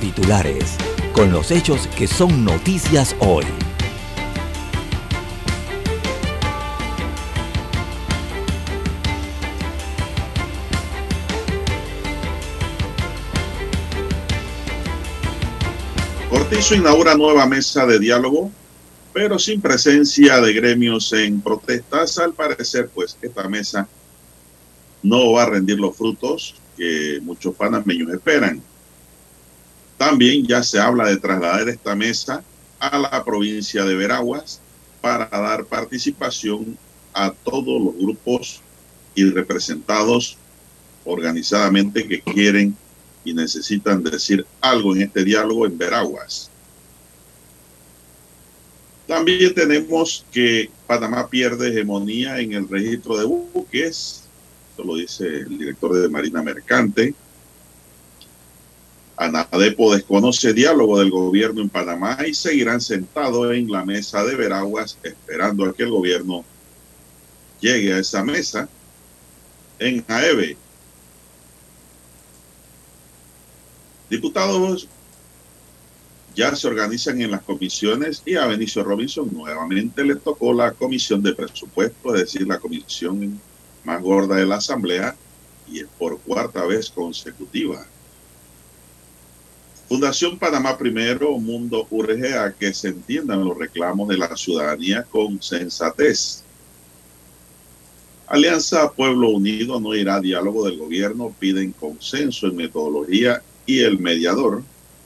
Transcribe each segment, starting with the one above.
titulares, con los hechos que son noticias hoy. Cortizo inaugura nueva mesa de diálogo, pero sin presencia de gremios en protestas. Al parecer, pues, esta mesa no va a rendir los frutos que muchos panameños esperan. También ya se habla de trasladar esta mesa a la provincia de Veraguas para dar participación a todos los grupos y representados organizadamente que quieren y necesitan decir algo en este diálogo en Veraguas. También tenemos que Panamá pierde hegemonía en el registro de buques. Esto lo dice el director de Marina Mercante. ANADEPO desconoce diálogo del gobierno en Panamá y seguirán sentados en la mesa de Veraguas esperando a que el gobierno llegue a esa mesa en AEBE. Diputados ya se organizan en las comisiones y a Benicio Robinson nuevamente le tocó la comisión de presupuesto, es decir, la comisión más gorda de la Asamblea, y es por cuarta vez consecutiva. Fundación Panamá Primero Mundo urge a que se entiendan los reclamos de la ciudadanía con sensatez. Alianza Pueblo Unido no irá a diálogo del gobierno, piden consenso en metodología y el mediador.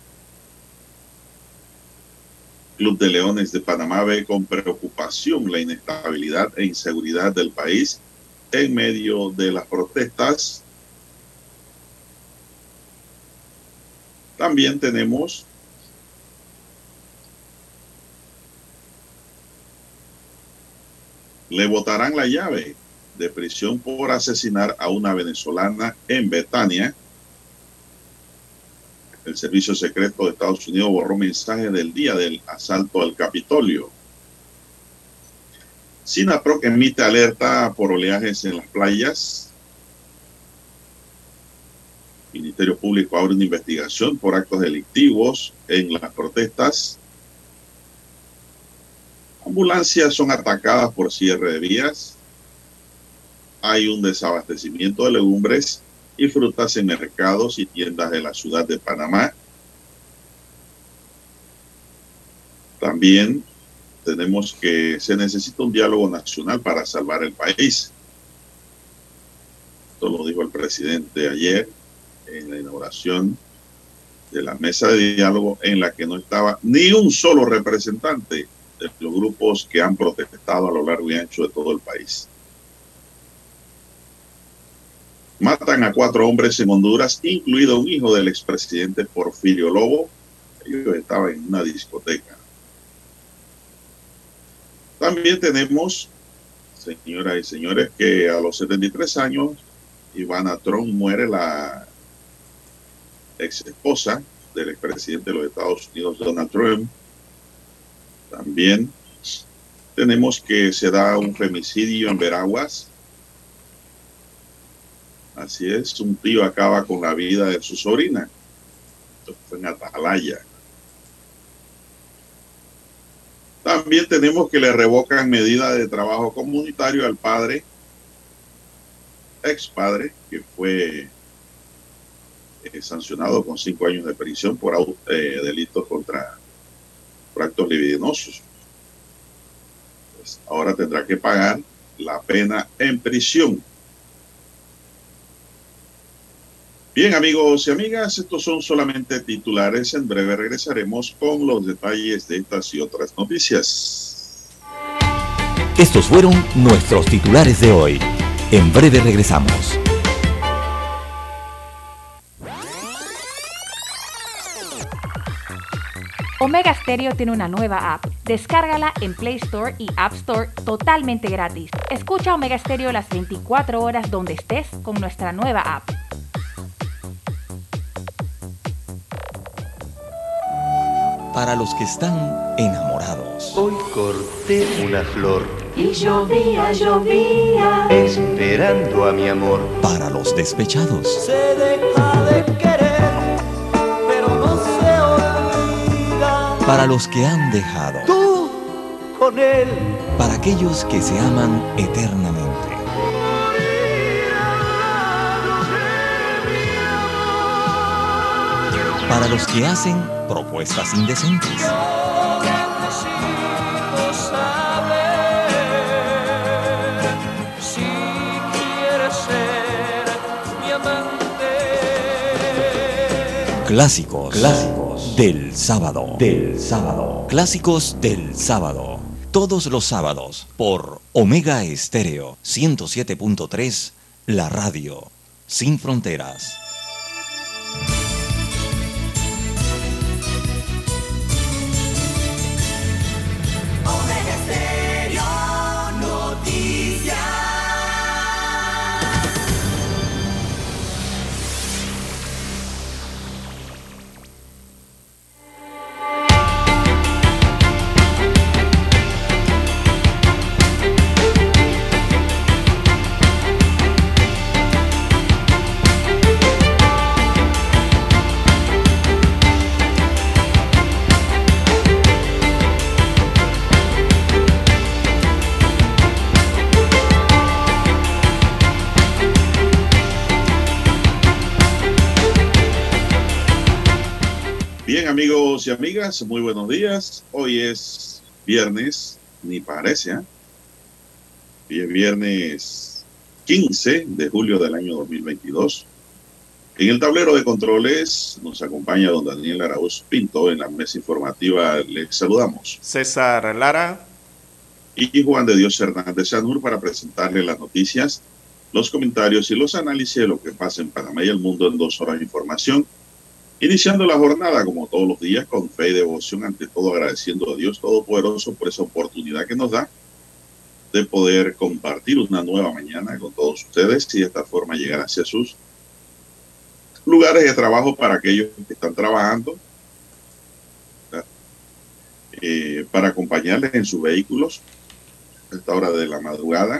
Club de Leones de Panamá ve con preocupación la inestabilidad e inseguridad del país en medio de las protestas. También tenemos le botarán la llave de prisión por asesinar a una venezolana en Betania. El Servicio Secreto de Estados Unidos borró mensaje del día del asalto al Capitolio. SINAPROC emite alerta por oleajes en las playas. Ministerio Público abre una investigación por actos delictivos en las protestas. Ambulancias son atacadas por cierre de vías. Hay un desabastecimiento de legumbres y frutas en mercados y tiendas de la ciudad de Panamá. También tenemos que se necesita un diálogo nacional para salvar el país. Esto lo dijo el presidente ayer en la inauguración de la mesa de diálogo, en la que no estaba ni un solo representante de los grupos que han protestado a lo largo y ancho de todo el país. Matan a 4 hombres en Honduras, incluido un hijo del expresidente Porfirio Lobo. Ellos estaban en una discoteca. También tenemos, señoras y señores, que a los 73 años, Ivana Trump muere, la ex esposa del expresidente de los Estados Unidos, Donald Trump. También tenemos que se da un femicidio en Veraguas. Así es, un tío acaba con la vida de su sobrina. Esto fue en Atalaya. También tenemos que le revocan medida de trabajo comunitario al padre, ex padre, que fue sancionado con 5 años de prisión por delitos por actos libidinosos. Pues ahora tendrá que pagar la pena en prisión. Bien, amigos y amigas, estos son solamente titulares. En breve regresaremos con los detalles de estas y otras noticias. Estos fueron nuestros titulares de hoy. En breve regresamos. Omega Stereo tiene una nueva app. Descárgala en Play Store y App Store totalmente gratis. Escucha Omega Stereo las 24 horas donde estés con nuestra nueva app. Para los que están enamorados. Hoy corté una flor y llovía, llovía, esperando a mi amor. Para los despechados. Se deja de querer, pero no se Para los que han dejado. Tú con él. Para aquellos que se aman eternamente. Para los que hacen propuestas indecentes. Clásicos del sábado. Clásicos del sábado. Todos los sábados por Omega Estéreo 107.3, la radio sin fronteras. Bien, amigos y amigas, muy buenos días. Hoy es viernes, ni parece, ¿eh? Hoy es viernes 15 de julio del año 2022. En el tablero de controles nos acompaña don Daniel Arauz Pinto. En la mesa informativa les saludamos César Lara y Juan de Dios Hernández Sanur para presentarle las noticias, los comentarios y los análisis de lo que pasa en Panamá y el mundo en 2 horas de información. Iniciando la jornada, como todos los días, con fe y devoción, ante todo agradeciendo a Dios Todopoderoso por esa oportunidad que nos da de poder compartir una nueva mañana con todos ustedes y de esta forma llegar hacia sus lugares de trabajo para aquellos que están trabajando, para acompañarles en sus vehículos a esta hora de la madrugada.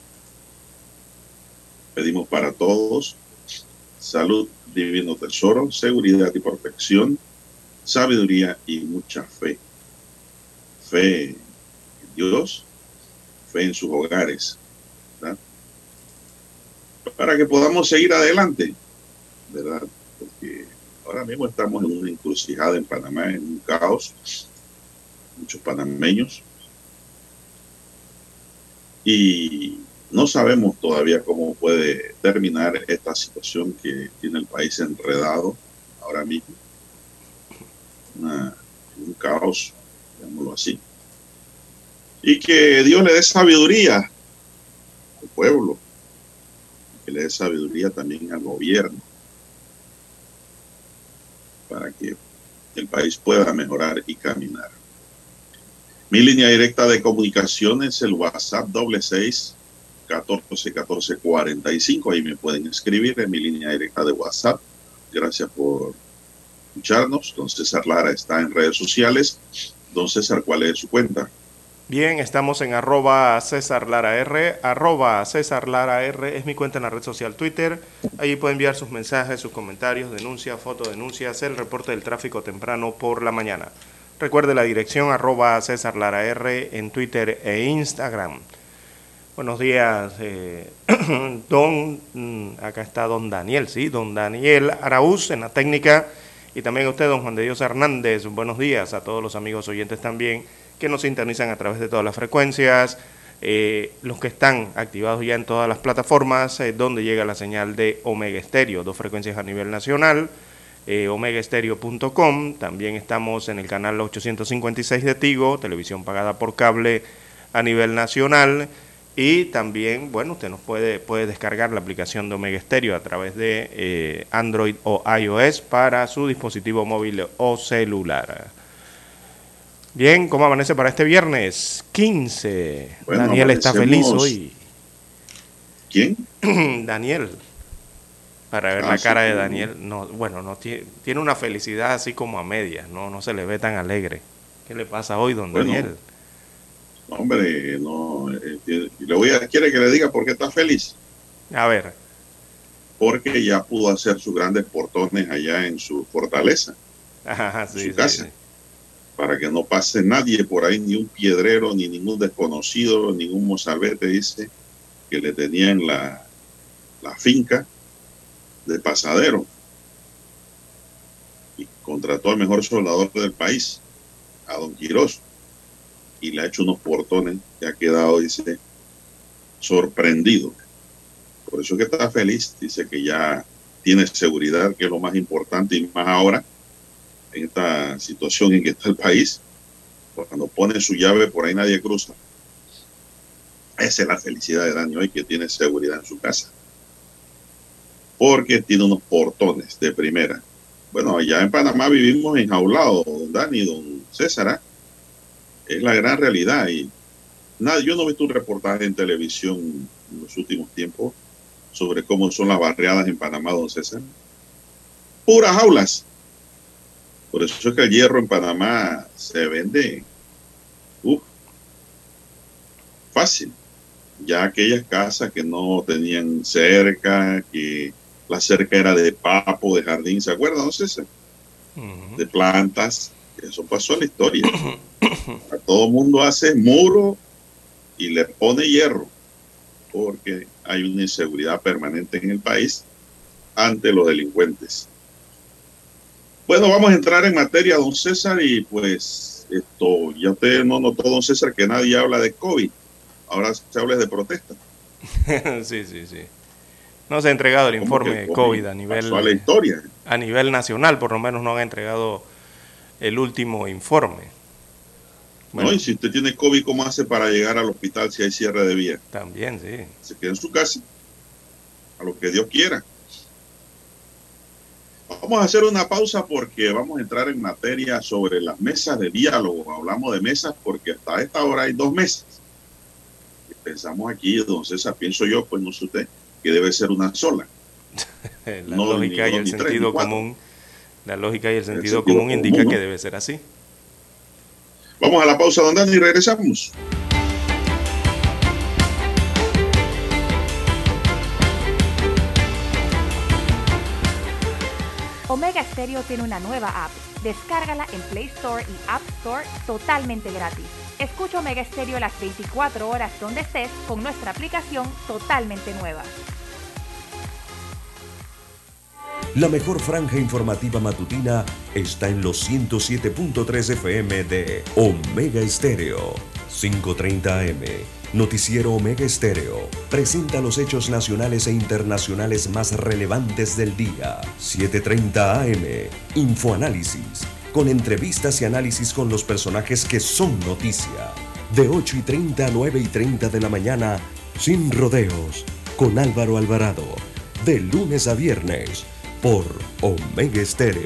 Pedimos para todos salud, divino tesoro, seguridad y protección, sabiduría y mucha fe. Fe en Dios, fe en sus hogares, ¿verdad? Para que podamos seguir adelante, ¿verdad? Porque ahora mismo estamos en una encrucijada en Panamá, en un caos, muchos panameños, y no sabemos todavía cómo puede terminar esta situación que tiene el país enredado ahora mismo. Un caos, digámoslo así. Y que Dios le dé sabiduría al pueblo, que le dé sabiduría también al gobierno, para que el país pueda mejorar y caminar. Mi línea directa de comunicación es el WhatsApp 666-14-14-45. Ahí me pueden escribir en mi línea directa de WhatsApp. Gracias por escucharnos. Don César Lara está en redes sociales. Don César, ¿cuál es su cuenta? Bien, estamos en @CésarLaraR, @CésarLaraR es mi cuenta en la red social Twitter. Ahí puede enviar sus mensajes, sus comentarios, denuncias, fotodenuncias, el reporte del tráfico temprano por la mañana. Recuerde la dirección @CésarLaraR en Twitter e Instagram. Buenos días, acá está don Daniel, sí, don Daniel Arauz en la técnica, y también a usted, don Juan de Dios Hernández. Buenos días a todos los amigos oyentes también que nos sintonizan a través de todas las frecuencias, los que están activados ya en todas las plataformas donde llega la señal de Omega Estéreo, 2 frecuencias a nivel nacional, omegaestereo.com. También estamos en el canal 856 de Tigo, televisión pagada por cable a nivel nacional. Y también, bueno, usted nos puede descargar la aplicación de Omega Estéreo a través de Android o iOS para su dispositivo móvil o celular. Bien, ¿cómo amanece para este viernes 15? Bueno, Daniel está feliz hoy. ¿Quién? Daniel. Para ver la cara de Daniel. No, bueno, no tiene una felicidad así como a medias, no se le ve tan alegre. ¿Qué le pasa hoy, don Daniel? Hombre, no, quiere que le diga por qué está feliz. A ver. Porque ya pudo hacer sus grandes portones allá en su fortaleza, Ajá, sí, su casa. Sí. para que no pase nadie por ahí, ni un piedrero, ni ningún desconocido, ningún mozalbete, dice, que le tenían la finca de pasadero. Y contrató al mejor soldador del país, a don Quirós, y le ha hecho unos portones que ha quedado, dice, sorprendido. Por eso que está feliz, dice que ya tiene seguridad, que es lo más importante, y más ahora, en esta situación en que está el país. Cuando pone su llave, por ahí nadie cruza. Esa es la felicidad de Dani hoy, que tiene seguridad en su casa. Porque tiene unos portones de primera. Bueno, allá en Panamá vivimos enjaulados, don Dani, don César, ¿eh? Es la gran realidad. Y nada, yo no he visto un reportaje en televisión en los últimos tiempos sobre cómo son las barriadas en Panamá, don César. Puras jaulas. Por eso es que el hierro en Panamá se vende fácil. Ya aquellas casas que no tenían cerca, que la cerca era de papo, de jardín, ¿se acuerdan, no César? De plantas. Eso pasó en la historia. A todo mundo hace muro y le pone hierro, porque hay una inseguridad permanente en el país ante los delincuentes. Bueno, vamos a entrar en materia, don César, y pues esto, ya usted no notó, don César, que nadie habla de COVID. Ahora se habla de protesta. Sí. No se ha entregado el informe de COVID a nivel nacional, por lo menos no han entregado el último informe. Bueno, no, y si usted tiene COVID, ¿cómo hace para llegar al hospital si hay cierre de vía? También, sí. Se queda en su casa, a lo que Dios quiera. Vamos a hacer una pausa porque vamos a entrar en materia sobre las mesas de diálogo. Hablamos de mesas porque hasta esta hora hay 2 mesas. Y pensamos aquí, don César, pienso yo, pues no sé usted, que debe ser una sola. La lógica y el sentido común. La lógica y el sentido común indica que debe ser así. Vamos a la pausa, don Dani, y regresamos. Omega Stereo tiene una nueva app. Descárgala en Play Store y App Store totalmente gratis. Escucha Omega Stereo las 24 horas donde estés con nuestra aplicación totalmente nueva. La mejor franja informativa matutina está en los 107.3 FM de Omega Estéreo. 5:30 AM. Noticiero Omega Estéreo. Presenta los hechos nacionales e internacionales más relevantes del día. 7:30 AM. Infoanálisis. Con entrevistas y análisis con los personajes que son noticia. De 8:30 a 9:30 de la mañana. Sin rodeos. Con Álvaro Alvarado. De lunes a viernes. Por Omega Estéreo.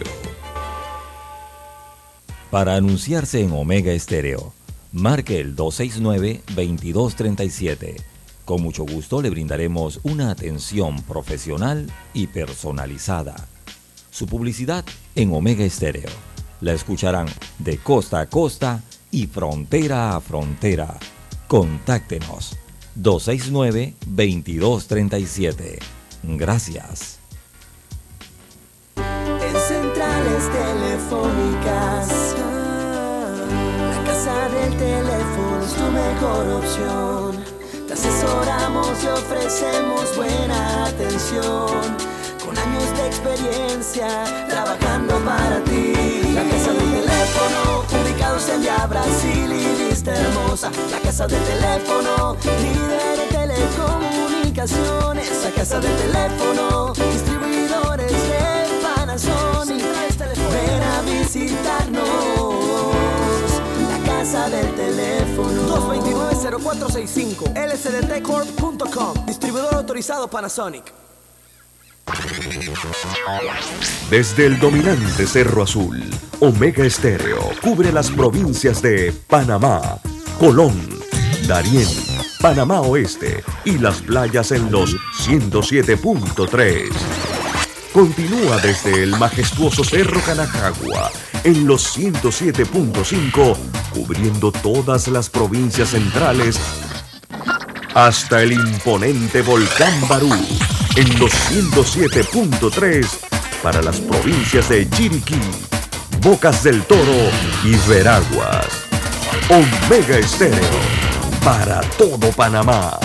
Para anunciarse en Omega Estéreo, marque el 269-2237. Con mucho gusto le brindaremos una atención profesional y personalizada. Su publicidad en Omega Estéreo. La escucharán de costa a costa y frontera a frontera. Contáctenos 269-2237. Gracias. Centrales telefónicas, la casa del teléfono es tu mejor opción. Te asesoramos y ofrecemos buena atención, con años de experiencia trabajando para ti. La casa del teléfono, ubicados en Vía Brasil y Vista Hermosa. La casa del teléfono, líder en telecomunicaciones. La casa del teléfono, distribuidores de Panasonic. Ven a visitarnos. La casa del teléfono 229-0465 lsdtcorp.com. Distribuidor autorizado Panasonic. Desde el dominante Cerro Azul, Omega Estéreo cubre las provincias de Panamá, Colón, Darién, Panamá Oeste y las playas en los 107.3. Continúa desde el majestuoso Cerro Canajagua en los 107.5, cubriendo todas las provincias centrales, hasta el imponente Volcán Barú en los 107.3 para las provincias de Chiriquí, Bocas del Toro y Veraguas. Omega Estéreo, para todo Panamá.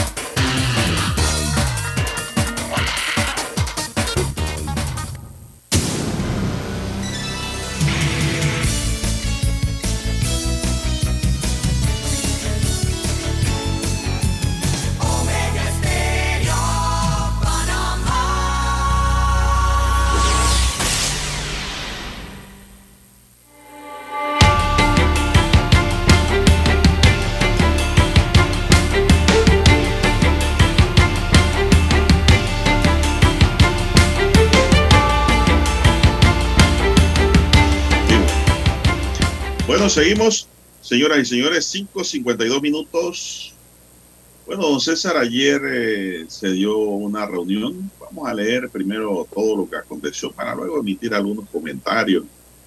Bueno, seguimos, señoras y señores, 5:52 minutos. Bueno, don César, ayer se dio una reunión. Vamos a leer primero todo lo que aconteció para luego emitir algunos comentarios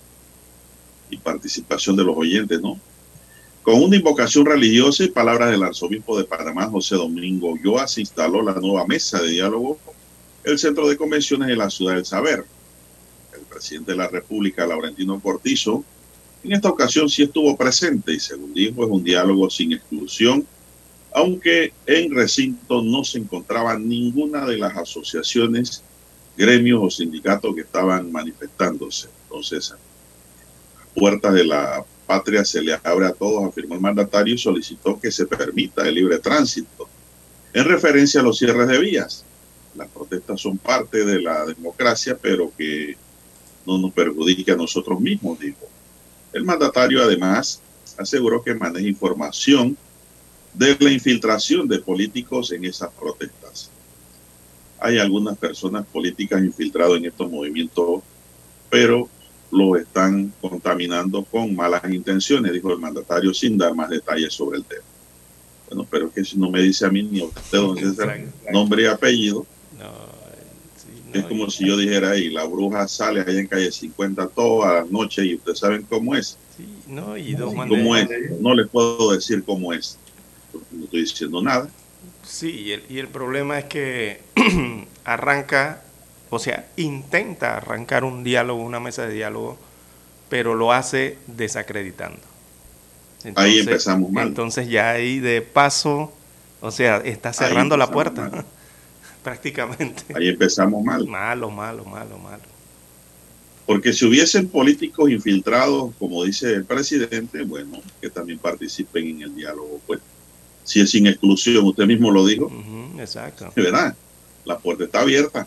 y participación de los oyentes, ¿no? Con una invocación religiosa y palabras del arzobispo de Panamá, José Domingo Ulloa, se instaló la nueva mesa de diálogo, el centro de convenciones de la Ciudad del Saber. El presidente de la República, Laurentino Cortizo, en esta ocasión sí estuvo presente y, según dijo, es un diálogo sin exclusión, aunque en recinto no se encontraba ninguna de las asociaciones, gremios o sindicatos que estaban manifestándose. Entonces, las puertas de la patria se le abre a todos, afirmó el mandatario, y solicitó que se permita el libre tránsito. En referencia a los cierres de vías, las protestas son parte de la democracia, pero que no nos perjudique a nosotros mismos, dijo. El mandatario además aseguró que maneja información de la infiltración de políticos en esas protestas. Hay algunas personas políticas infiltradas en estos movimientos, pero los están contaminando con malas intenciones, dijo el mandatario sin dar más detalles sobre el tema. Bueno, pero es que si no me dice a mí ni a usted, don César, nombre y apellido, es como si yo dijera, ahí la bruja sale allá en calle 50 todas las noches y ustedes saben cómo es. Sí, no, y dos ¿Cómo es? No les puedo decir cómo es, porque no estoy diciendo nada. Sí, y el problema es que arranca, o sea, intenta arrancar un diálogo, una mesa de diálogo, pero lo hace desacreditando. Entonces, ahí empezamos mal. Entonces ya ahí de paso, o sea, está cerrando la puerta. Prácticamente. Ahí empezamos mal. Malo. Porque si hubiesen políticos infiltrados, como dice el presidente, bueno, que también participen en el diálogo, pues. Si es sin exclusión, usted mismo lo dijo. Exacto. ¿Verdad? La puerta está abierta.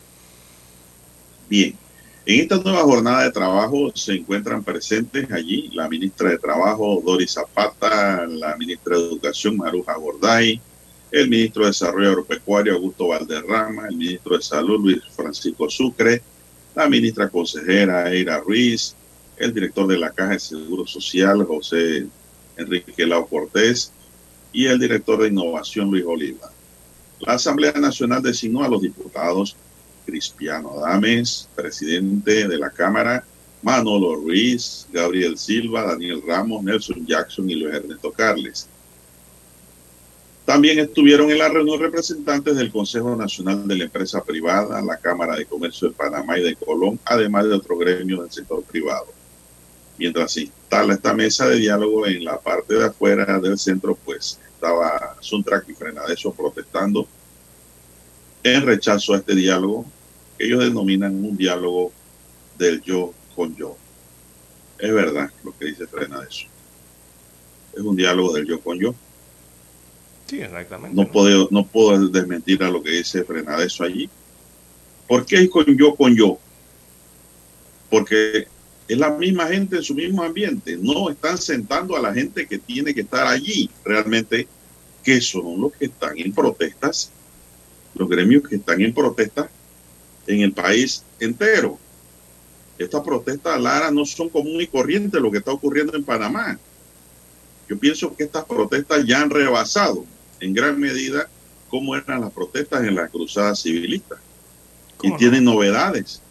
Bien. En esta nueva jornada de trabajo se encuentran presentes allí la ministra de Trabajo, Doris Zapata, la ministra de Educación, Maruja Gorday, el ministro de Desarrollo Agropecuario, Augusto Valderrama, el ministro de Salud, Luis Francisco Sucre, la ministra consejera, Eira Ruiz, el director de la Caja de Seguro Social, José Enrique Lao Cortés, y el director de Innovación, Luis Oliva. La Asamblea Nacional designó a los diputados Cristiano Adames, presidente de la Cámara, Manolo Ruiz, Gabriel Silva, Daniel Ramos, Nelson Jackson y Luis Ernesto Carles. También estuvieron en la reunión representantes del Consejo Nacional de la Empresa Privada, la Cámara de Comercio de Panamá y de Colón, además de otros gremios del sector privado. Mientras se instala esta mesa de diálogo en la parte de afuera del centro, pues estaba Suntrack y Frenadeso protestando en rechazo a este diálogo, que ellos denominan un diálogo del yo con yo. Es verdad lo que dice Frenadeso. Es un diálogo del yo con yo. Sí, exactamente. No puedo desmentir a lo que dice Frenadeso allí. ¿Por qué es con yo? Porque es la misma gente en su mismo ambiente. No están sentando a la gente que tiene que estar allí realmente, que son los que están en protestas, los gremios que están en protestas en el país entero. Estas protestas, Lara, no son común y corriente lo que está ocurriendo en Panamá. Yo pienso que estas protestas ya han rebasado en gran medida cómo eran las protestas en las cruzadas civilistas. Y tienen novedades.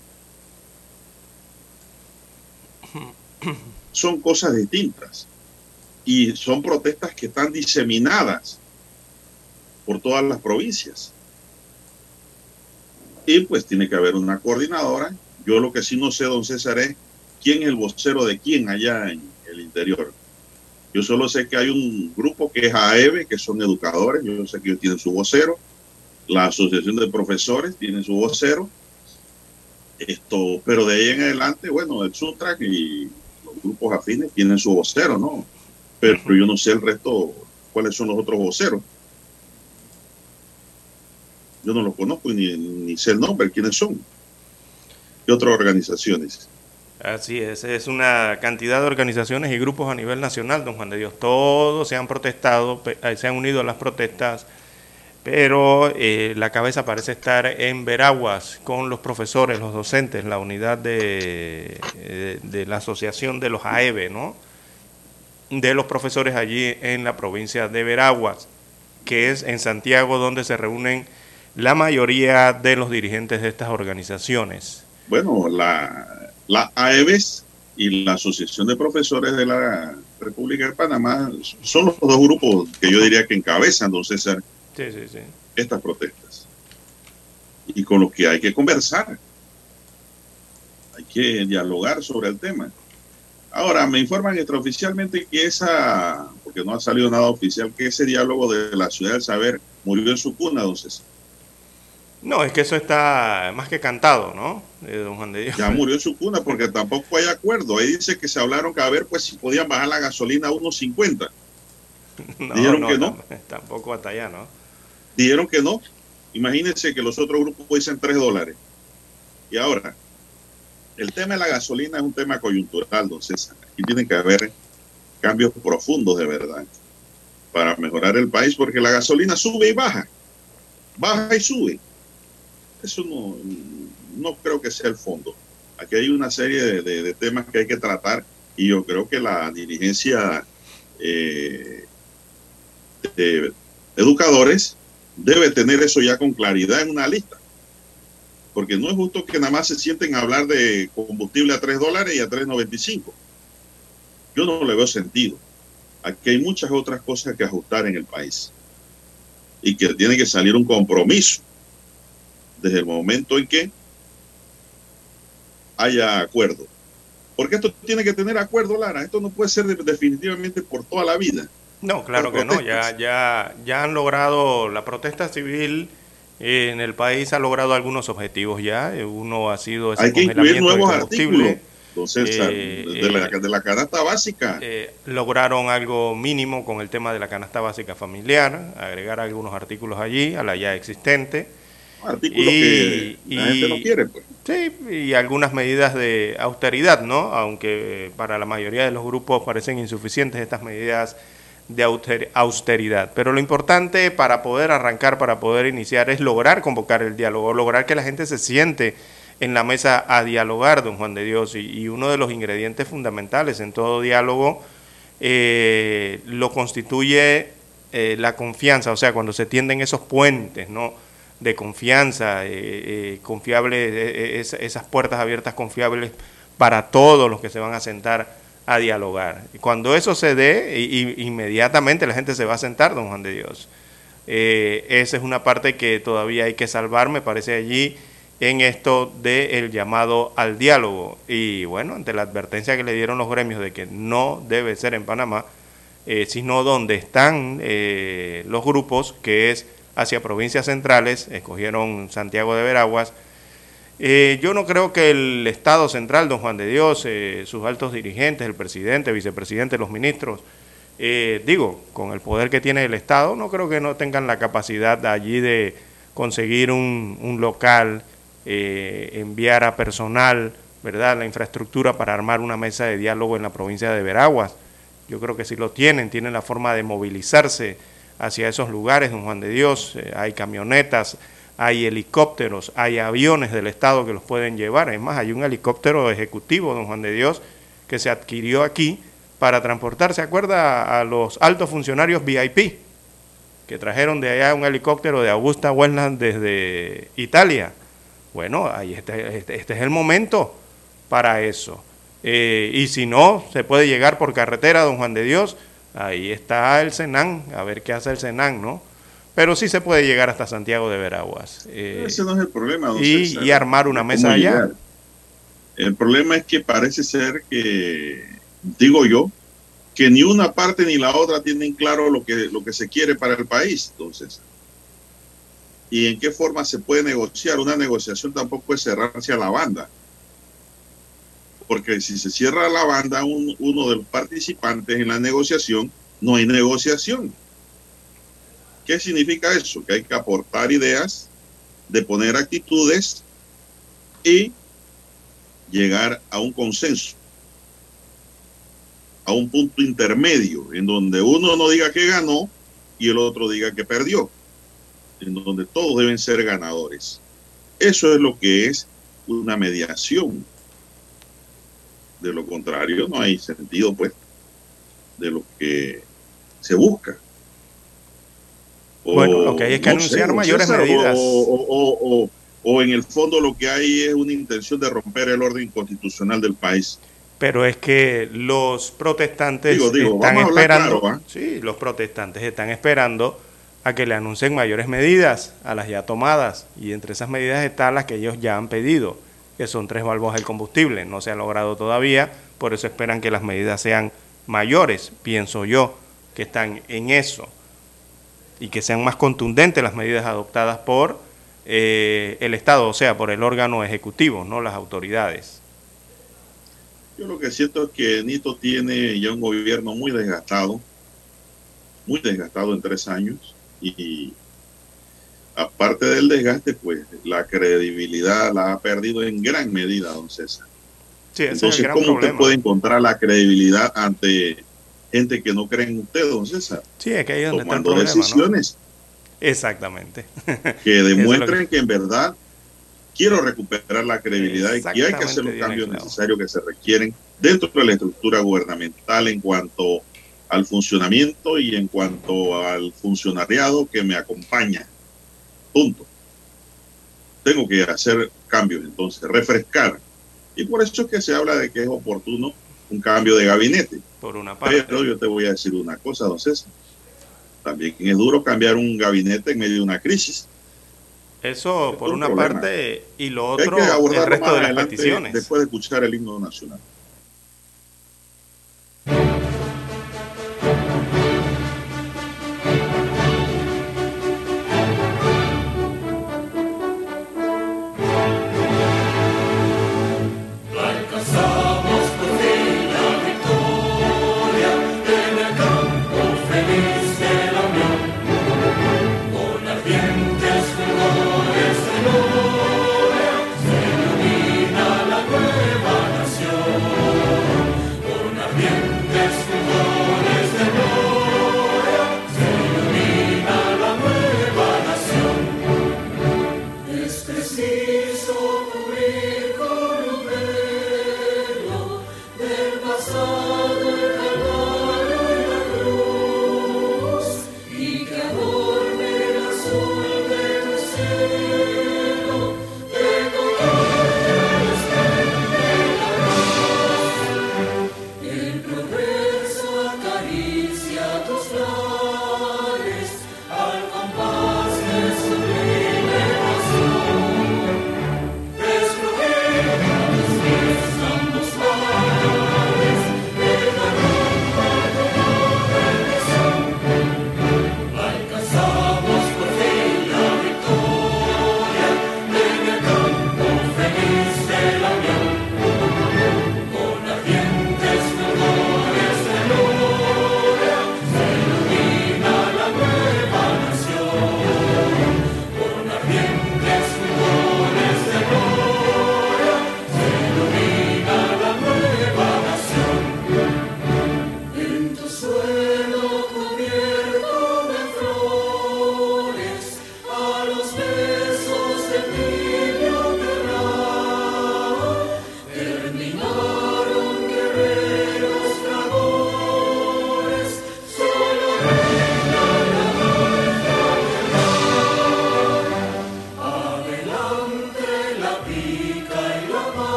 Son cosas distintas. Y son protestas que están diseminadas por todas las provincias. Y pues tiene que haber una coordinadora. Yo lo que sí no sé, don César, es quién es el vocero de quién allá en el interior. Yo solo sé que hay un grupo que es AEB, que son educadores, yo sé que ellos tienen su vocero, la Asociación de Profesores tiene su vocero, pero de ahí en adelante, bueno, el SUTRAC y los grupos afines tienen su vocero, ¿no? Pero yo no sé el resto, cuáles son los otros voceros. Yo no los conozco ni sé el nombre, quiénes son. ¿Qué otras organizaciones? Así es una cantidad de organizaciones y grupos a nivel nacional, don Juan de Dios. Todos se han protestado, se han unido a las protestas, pero la cabeza parece estar en Veraguas con los profesores, los docentes, la unidad de la asociación de los AEB, ¿no? De los profesores allí en la provincia de Veraguas, que es en Santiago donde se reúnen la mayoría de los dirigentes de estas organizaciones. Bueno, la AEBES y la Asociación de Profesores de la República de Panamá son los dos grupos que yo diría que encabezan, don César, sí. estas protestas. Y con los que hay que conversar. Hay que dialogar sobre el tema. Ahora, me informan extraoficialmente que porque no ha salido nada oficial, que ese diálogo de la Ciudad del Saber murió en su cuna, don César. No, es que eso está más que cantado, ¿no? Don Juan de Dios. Ya murió en su cuna porque tampoco hay acuerdo. Ahí dice que se hablaron que a ver pues si podían bajar la gasolina a 1.50. Dijeron que no. Tampoco hasta allá, ¿no? Dijeron que no. Imagínense que los otros grupos dicen $3. Y ahora, el tema de la gasolina es un tema coyuntural, don César. Aquí tienen que haber cambios profundos de verdad para mejorar el país, porque la gasolina sube y baja y sube. Eso no creo que sea el fondo. Aquí hay una serie de temas que hay que tratar y yo creo que la dirigencia de educadores debe tener eso ya con claridad en una lista. Porque no es justo que nada más se sienten a hablar de combustible a $3 y a $3.95. Yo no le veo sentido. Aquí hay muchas otras cosas que ajustar en el país y que tiene que salir un compromiso desde el momento en que haya acuerdo. Porque esto tiene que tener acuerdo, Lara. Esto no puede ser definitivamente por toda la vida. No, claro que no. Ya han logrado la protesta civil en el país, ha logrado algunos objetivos ya. Uno ha sido ese hay que incluir nuevos artículos, entonces, de la canasta básica. Lograron algo mínimo con el tema de la canasta básica familiar, agregar algunos artículos allí a la ya existente. Artículos que la gente no quiere, pues. Sí, y algunas medidas de austeridad, ¿no? Aunque para la mayoría de los grupos parecen insuficientes estas medidas de austeridad. Pero lo importante para poder arrancar, para poder iniciar, es lograr convocar el diálogo, lograr que la gente se siente en la mesa a dialogar, don Juan de Dios. Y uno de los ingredientes fundamentales en todo diálogo lo constituye la confianza, o sea, cuando se tienden esos puentes, ¿no?, de confianza, confiables, esas puertas abiertas confiables para todos los que se van a sentar a dialogar. Y cuando eso se dé, inmediatamente la gente se va a sentar, don Juan de Dios. Esa es una parte que todavía hay que salvar, me parece, allí en esto del llamado al diálogo. Y bueno, ante la advertencia que le dieron los gremios de que no debe ser en Panamá, sino donde están los grupos, que es hacia provincias centrales, escogieron Santiago de Veraguas. Yo no creo que el Estado central, don Juan de Dios, sus altos dirigentes, el presidente, vicepresidente, los ministros, con el poder que tiene el Estado, no creo que no tengan la capacidad allí de conseguir un local, enviar a personal, ¿verdad?, la infraestructura para armar una mesa de diálogo en la provincia de Veraguas. Yo creo que sí lo tienen la forma de movilizarse hacia esos lugares, don Juan de Dios. Hay camionetas, hay helicópteros, hay aviones del Estado que los pueden llevar. Es más, hay un helicóptero ejecutivo, don Juan de Dios, que se adquirió aquí para transportar, ¿se acuerda?, a los altos funcionarios VIP, que trajeron de allá un helicóptero de Augusta Westland desde Italia. Bueno, ahí este es el momento para eso. Y si no, se puede llegar por carretera, don Juan de Dios. Ahí está el Senan, a ver qué hace el Senan, ¿no? Pero sí se puede llegar hasta Santiago de Veraguas. Ese no es el problema, don César, y armar una mesa allá. El problema es que parece ser que, digo yo, que ni una parte ni la otra tienen claro lo que se quiere para el país. Entonces, ¿y en qué forma se puede negociar? Una negociación tampoco es cerrarse a la banda. Porque si se cierra la banda uno de los participantes en la negociación, no hay negociación. ¿Qué significa eso? Que hay que aportar ideas, de poner actitudes y llegar a un consenso, a un punto intermedio, en donde uno no diga que ganó y el otro diga que perdió, en donde todos deben ser ganadores. Eso es lo que es una mediación. De lo contrario, no hay sentido, pues, de lo que se busca. Bueno, lo que hay es que anunciar mayores medidas. O en el fondo lo que hay es una intención de romper el orden constitucional del país. Pero es que los protestantes están esperando, claro, sí, los protestantes están esperando a que le anuncien mayores medidas a las ya tomadas, y entre esas medidas están las que ellos ya han pedido, que son 3 balboas del combustible. No se ha logrado todavía, por eso esperan que las medidas sean mayores, pienso yo, que están en eso, y que sean más contundentes las medidas adoptadas por el Estado, o sea, por el órgano ejecutivo, no las autoridades. Yo lo que siento es que Nito tiene ya un gobierno muy desgastado en 3 años, y aparte del desgaste, pues la credibilidad la ha perdido en gran medida, don César. Sí, entonces, ¿cómo usted puede encontrar la credibilidad ante gente que no cree en usted, don César? Sí, es que ahí es donde tomando está el problema, decisiones, ¿no? Exactamente. Que demuestren que en verdad quiero recuperar la credibilidad y que hay que hacer los cambios necesarios que se requieren dentro de la estructura gubernamental en cuanto al funcionamiento y en cuanto al funcionariado que me acompaña. Punto. Tengo que hacer cambios, entonces, refrescar. Y por eso es que se habla de que es oportuno un cambio de gabinete. Por una parte. Pero yo te voy a decir una cosa, don César. También es duro cambiar un gabinete en medio de una crisis. Eso por una parte, y lo otro, hay que abordarlo el resto más de las adelante, peticiones. después de escuchar el himno nacional.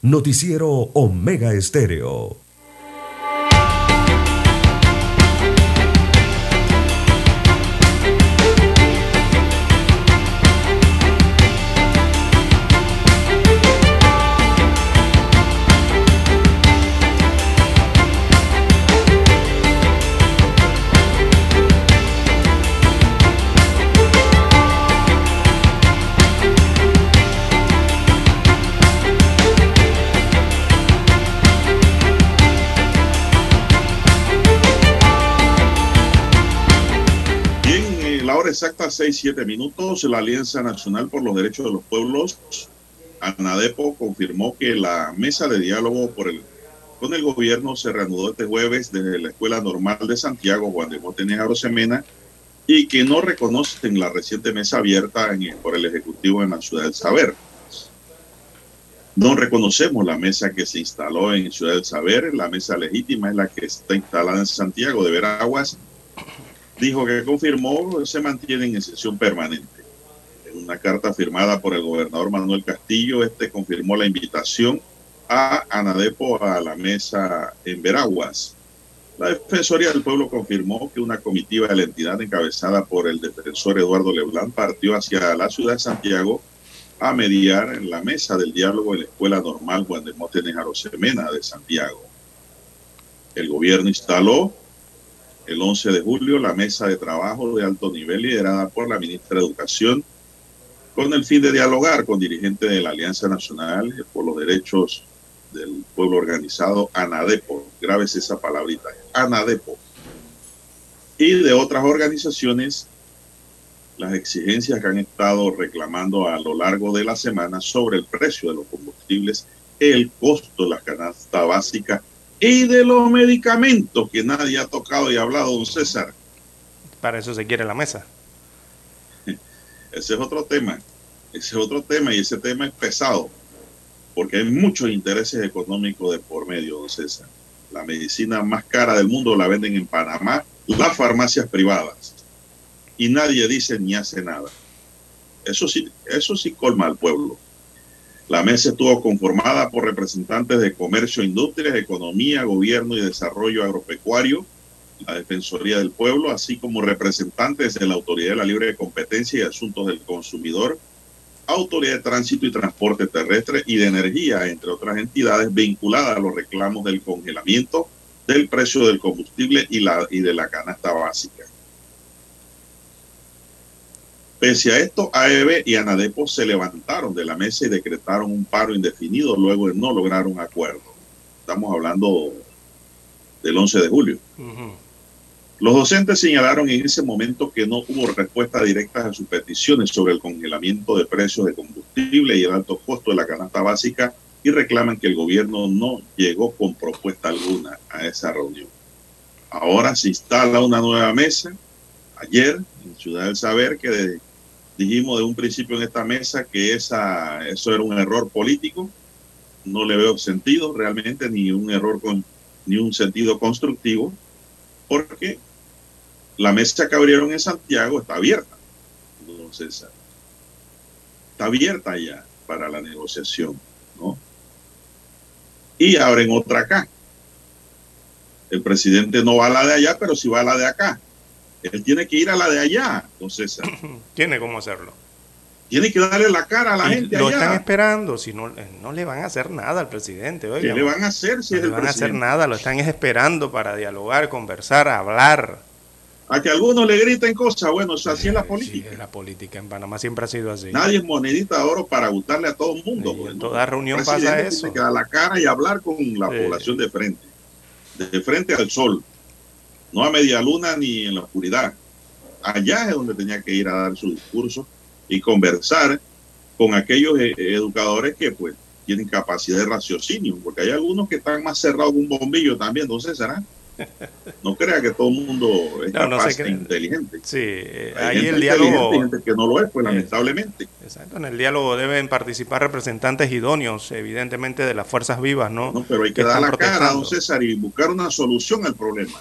Noticiero Omega Estéreo. Exacta 6-7 minutos, la Alianza Nacional por los Derechos de los Pueblos, ANADEPO, confirmó que la mesa de diálogo con el gobierno se reanudó este jueves desde la Escuela Normal de Santiago, Juan de Motenes Arosemena, y que no reconocen la reciente mesa abierta por el Ejecutivo en la Ciudad del Saber. No reconocemos la mesa que se instaló en Ciudad del Saber, la mesa legítima es la que está instalada en Santiago de Veraguas. Dijo que confirmó se mantienen en sesión permanente. En una carta firmada por el gobernador Manuel Castillo, confirmó la invitación a ANADEPO a la mesa en Veraguas. La Defensoría del Pueblo confirmó que una comitiva de la entidad encabezada por el defensor Eduardo Leblanc partió hacia la ciudad de Santiago a mediar en la mesa del diálogo en la Escuela Normal Juan de Motenes Arosemena de Santiago. El gobierno instaló el 11 de julio la mesa de trabajo de alto nivel liderada por la ministra de Educación con el fin de dialogar con dirigentes de la Alianza Nacional por los Derechos del Pueblo Organizado, ANADEPO, grábese esa palabrita, ANADEPO, y de otras organizaciones, las exigencias que han estado reclamando a lo largo de la semana sobre el precio de los combustibles, el costo de la canasta básica y de los medicamentos que nadie ha tocado y hablado, don César. Para eso se quiere la mesa. Ese es otro tema. Y ese tema es pesado, porque hay muchos intereses económicos de por medio, don César. La medicina más cara del mundo la venden en Panamá, las farmacias privadas, y nadie dice ni hace nada. Eso sí colma al pueblo. La mesa estuvo conformada por representantes de comercio, industrias, economía, gobierno y desarrollo agropecuario, la Defensoría del Pueblo, así como representantes de la Autoridad de la Libre Competencia y Asuntos del Consumidor, Autoridad de Tránsito y Transporte Terrestre y de Energía, entre otras entidades vinculadas a los reclamos del congelamiento del precio del combustible y de la canasta básica. Pese a esto, AEB y ANADEPO se levantaron de la mesa y decretaron un paro indefinido luego de no lograr un acuerdo. Estamos hablando del 11 de julio. Los docentes señalaron en ese momento que no hubo respuesta directa a sus peticiones sobre el congelamiento de precios de combustible y el alto costo de la canasta básica y reclaman que el gobierno no llegó con propuesta alguna a esa reunión. Ahora se instala una nueva mesa. Ayer, en Ciudad del Saber, que dijimos de un principio en esta mesa que eso era un error político. No le veo sentido realmente, ni un error ni un sentido constructivo, porque la mesa que abrieron en Santiago está abierta. Entonces, está abierta ya para la negociación, ¿no? Y abren otra acá. El presidente no va a la de allá, pero sí va a la de acá. Él tiene que ir a la de allá, entonces. Tiene cómo hacerlo. Tiene que darle la cara a la gente lo allá. Lo están esperando, si no, no le van a hacer nada al presidente. Oiga, ¿qué le van a hacer si no es le el van a hacer presidente? nada, lo están esperando para dialogar, conversar, hablar. A que algunos le griten cosas, bueno, o sea, así es la política. Sí, la política en Panamá siempre ha sido así. Nadie es monedita de oro para gustarle a todo el mundo. Sí, bueno, en toda reunión pasa eso. Tiene que dar la cara y hablar con la población de frente al sol, no a media luna ni en la oscuridad. Allá es donde tenía que ir a dar su discurso y conversar con aquellos educadores que pues tienen capacidad de raciocinio, porque hay algunos que están más cerrados que un bombillo también, entonces será. No crea que todo el mundo es capaz e inteligente. Sí, hay ahí el diálogo. Hay gente que no lo es, pues lamentablemente. Exacto, en el diálogo deben participar representantes idóneos, evidentemente de las fuerzas vivas, ¿no? No, pero hay que dar la cara, don César, y buscar una solución al problema.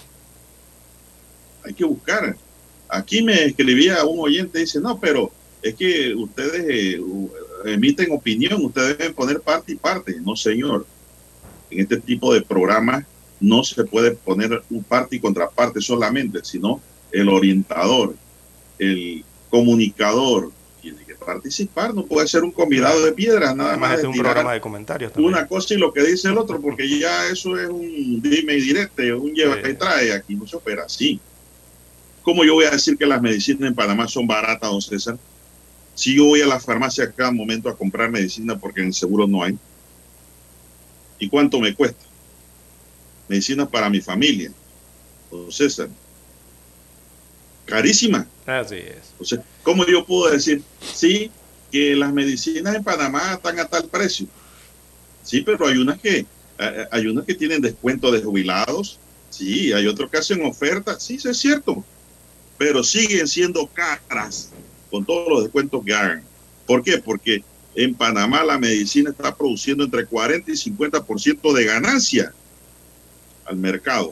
Hay que buscar. Aquí me escribía un oyente, dice, no, pero es que ustedes emiten opinión, ustedes deben poner parte y parte. No, señor. En este tipo de programas no se puede poner un parte y contraparte solamente, sino el orientador, el comunicador tiene que participar, no puede ser un convidado de piedra, nada más de un programa de comentarios también. Una cosa y lo que dice el otro, porque ya eso es un dime y direte, un lleva y trae, aquí no se opera así. ¿Cómo yo voy a decir que las medicinas en Panamá son baratas, don César? Si yo voy a la farmacia a cada momento a comprar medicina porque en el seguro no hay. ¿Y cuánto me cuesta? Medicina para mi familia, don César. Carísima. Así es. O sea, ¿cómo yo puedo decir, sí, que las medicinas en Panamá están a tal precio? Sí, pero hay unas que tienen descuento de jubilados. Sí, hay otros que hacen ofertas. Sí, eso es cierto. Pero siguen siendo caras con todos los descuentos que hagan. ¿Por qué? Porque en Panamá la medicina está produciendo entre 40 y 50% de ganancia al mercado.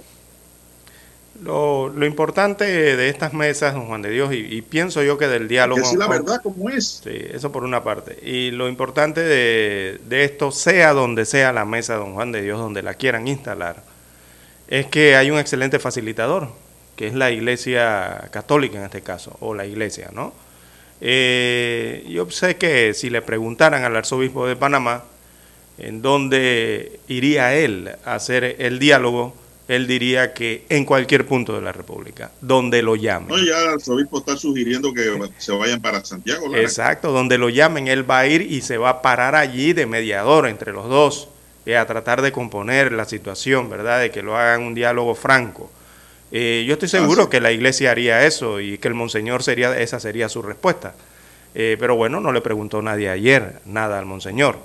Lo importante de estas mesas, don Juan de Dios, y pienso yo que del diálogo... Que sí, la verdad como es. Sí, eso por una parte. Y lo importante de esto, sea donde sea la mesa, don Juan de Dios, donde la quieran instalar, es que hay un excelente facilitador, que es la Iglesia Católica en este caso, o la Iglesia, ¿no? Yo sé que si le preguntaran al arzobispo de Panamá en dónde iría él a hacer el diálogo, él diría que en cualquier punto de la República, donde lo llamen. No, ya el arzobispo está sugiriendo que se vayan para Santiago, Lara. Exacto, donde lo llamen, él va a ir y se va a parar allí de mediador entre los dos, a tratar de componer la situación, ¿verdad? De que lo hagan un diálogo franco. Yo estoy seguro que la iglesia haría eso y que el monseñor esa sería su respuesta. Pero bueno, no le preguntó nadie ayer nada al monseñor.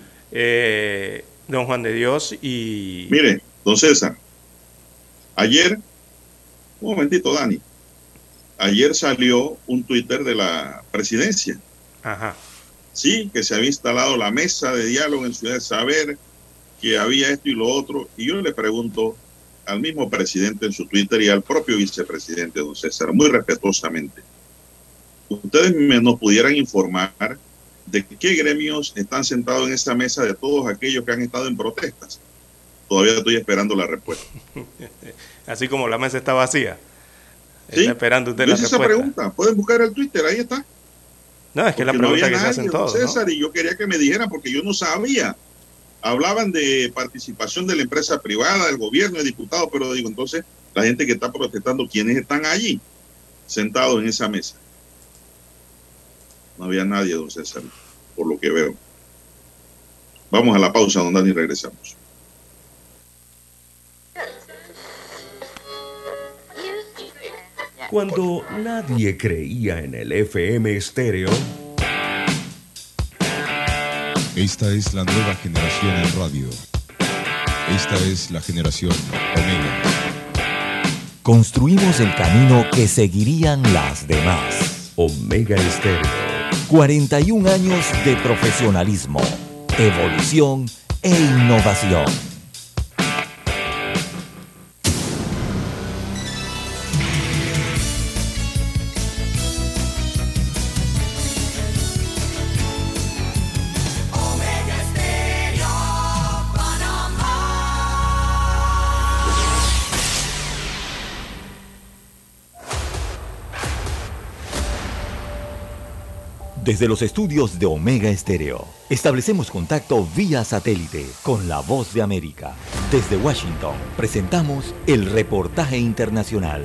Don Juan de Dios y... Mire, don César, ayer, un momentito, Dani, ayer salió un Twitter de la presidencia. Ajá. Sí, que se había instalado la mesa de diálogo en Ciudad del Saber, que había esto y lo otro, y yo le pregunto al mismo presidente en su Twitter y al propio vicepresidente, don César, muy respetuosamente, ustedes nos pudieran informar de qué gremios están sentados en esa mesa de todos aquellos que han estado en protestas. Todavía estoy esperando la respuesta. Así como la mesa está vacía. Sí, está esperando usted la respuesta. Esa pregunta, pueden buscar el Twitter, ahí está. No, es que la pregunta que se hacen todos, César, ¿no? Y yo quería que me dijeran porque yo no sabía. Hablaban de participación de la empresa privada, del gobierno, de diputados, pero digo, entonces, la gente que está protestando, ¿quiénes están allí sentados en esa mesa? No había nadie, don César, por lo que veo. Vamos a la pausa, don Dani, y regresamos. Cuando nadie creía en el FM estéreo, esta es la nueva generación en radio. Esta es la generación Omega. Construimos el camino que seguirían las demás. Omega Estéreo. 41 años de profesionalismo, evolución e innovación. Desde los estudios de Omega Estéreo, establecemos contacto vía satélite con la Voz de América. Desde Washington, presentamos el reportaje internacional.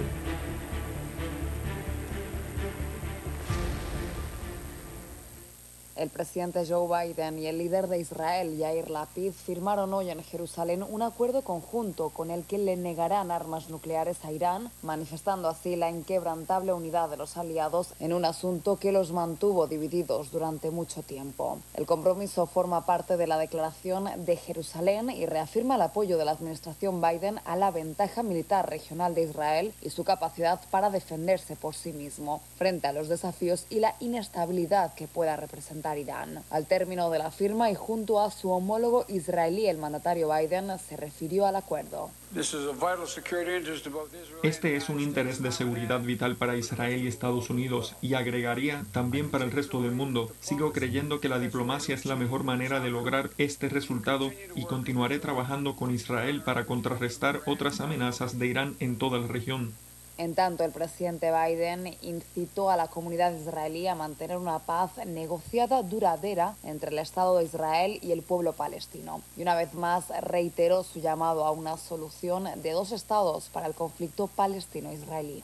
El presidente Joe Biden y el líder de Israel, Yair Lapid, firmaron hoy en Jerusalén un acuerdo conjunto con el que le negarán armas nucleares a Irán, manifestando así la inquebrantable unidad de los aliados en un asunto que los mantuvo divididos durante mucho tiempo. El compromiso forma parte de la Declaración de Jerusalén y reafirma el apoyo de la administración Biden a la ventaja militar regional de Israel y su capacidad para defenderse por sí mismo frente a los desafíos y la inestabilidad que pueda representar derrotar Irán. Al término de la firma y junto a su homólogo israelí, el mandatario Biden se refirió al acuerdo. Este es un interés de seguridad vital para Israel y Estados Unidos y agregaría también para el resto del mundo. Sigo creyendo que la diplomacia es la mejor manera de lograr este resultado y continuaré trabajando con Israel para contrarrestar otras amenazas de Irán en toda la región. En tanto, el presidente Biden incitó a la comunidad israelí a mantener una paz negociada duradera entre el Estado de Israel y el pueblo palestino. Y una vez más reiteró su llamado a una solución de dos estados para el conflicto palestino-israelí.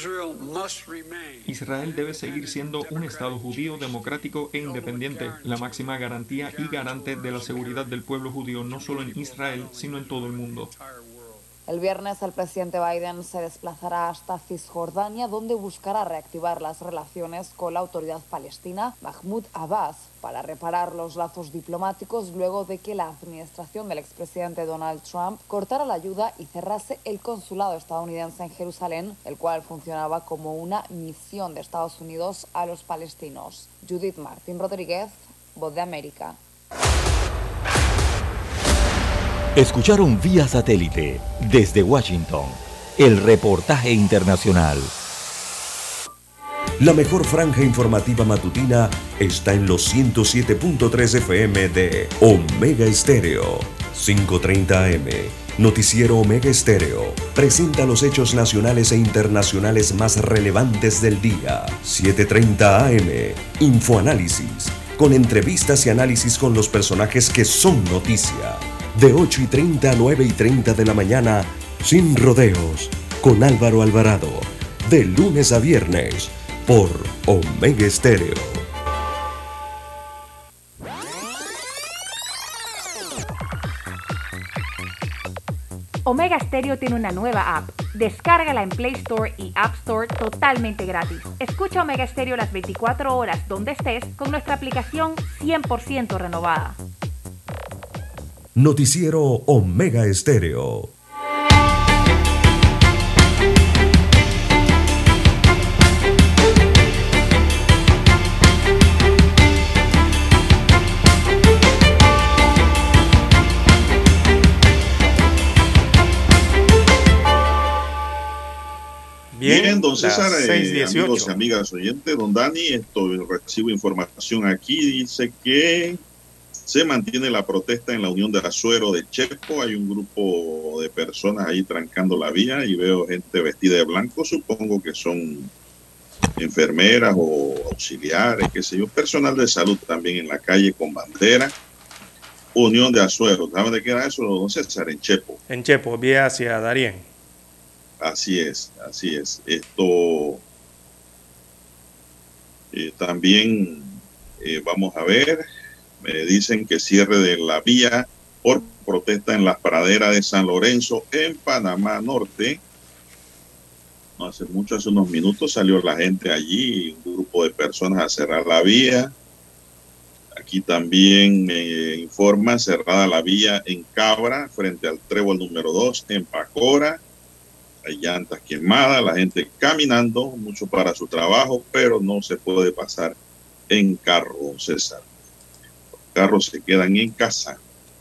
Israel debe seguir siendo un Estado judío, democrático e independiente, la máxima garantía y garante de la seguridad del pueblo judío no solo en Israel, sino en todo el mundo. El viernes el presidente Biden se desplazará hasta Cisjordania, donde buscará reactivar las relaciones con la autoridad palestina, Mahmoud Abbas, para reparar los lazos diplomáticos luego de que la administración del expresidente Donald Trump cortara la ayuda y cerrase el consulado estadounidense en Jerusalén, el cual funcionaba como una misión de Estados Unidos a los palestinos. Judith Martín Rodríguez, Voz de América. Escucharon vía satélite desde Washington el reportaje internacional. La mejor franja informativa matutina está en los 107.3 FM de Omega Estéreo. 5:30 AM. Noticiero Omega Estéreo presenta los hechos nacionales e internacionales más relevantes del día. 7:30 AM. Infoanálisis, con entrevistas y análisis con los personajes que son noticia. De 8:30 a 9:30 de la mañana, Sin Rodeos, con Álvaro Alvarado. De lunes a viernes, por Omega Estéreo. Omega Stereo tiene una nueva app. Descárgala en Play Store y App Store totalmente gratis. Escucha Omega Stereo las 24 horas donde estés con nuestra aplicación 100% renovada. Noticiero Omega Estéreo. Bien, don César, amigos y amigas oyentes, don Dani, recibo información aquí, dice que se mantiene la protesta en la Unión de Azuero de Chepo. Hay un grupo de personas ahí trancando la vía y veo gente vestida de blanco. Supongo que son enfermeras o auxiliares, qué sé yo. Personal de salud también en la calle con bandera. Unión de Azuero. ¿Saben de qué era eso, don César? En Chepo. En Chepo, vía hacia Darién. Así es, así es. Esto también vamos a ver. Me dicen que cierre de la vía por protesta en las praderas de San Lorenzo, en Panamá Norte. No hace mucho, hace unos minutos, salió la gente allí, un grupo de personas a cerrar la vía. Aquí también me informan cerrada la vía en Cabra, frente al trébol número 2, en Pacora. Hay llantas quemadas, la gente caminando, mucho para su trabajo, pero no se puede pasar en carro, don César. Carros se quedan en casa.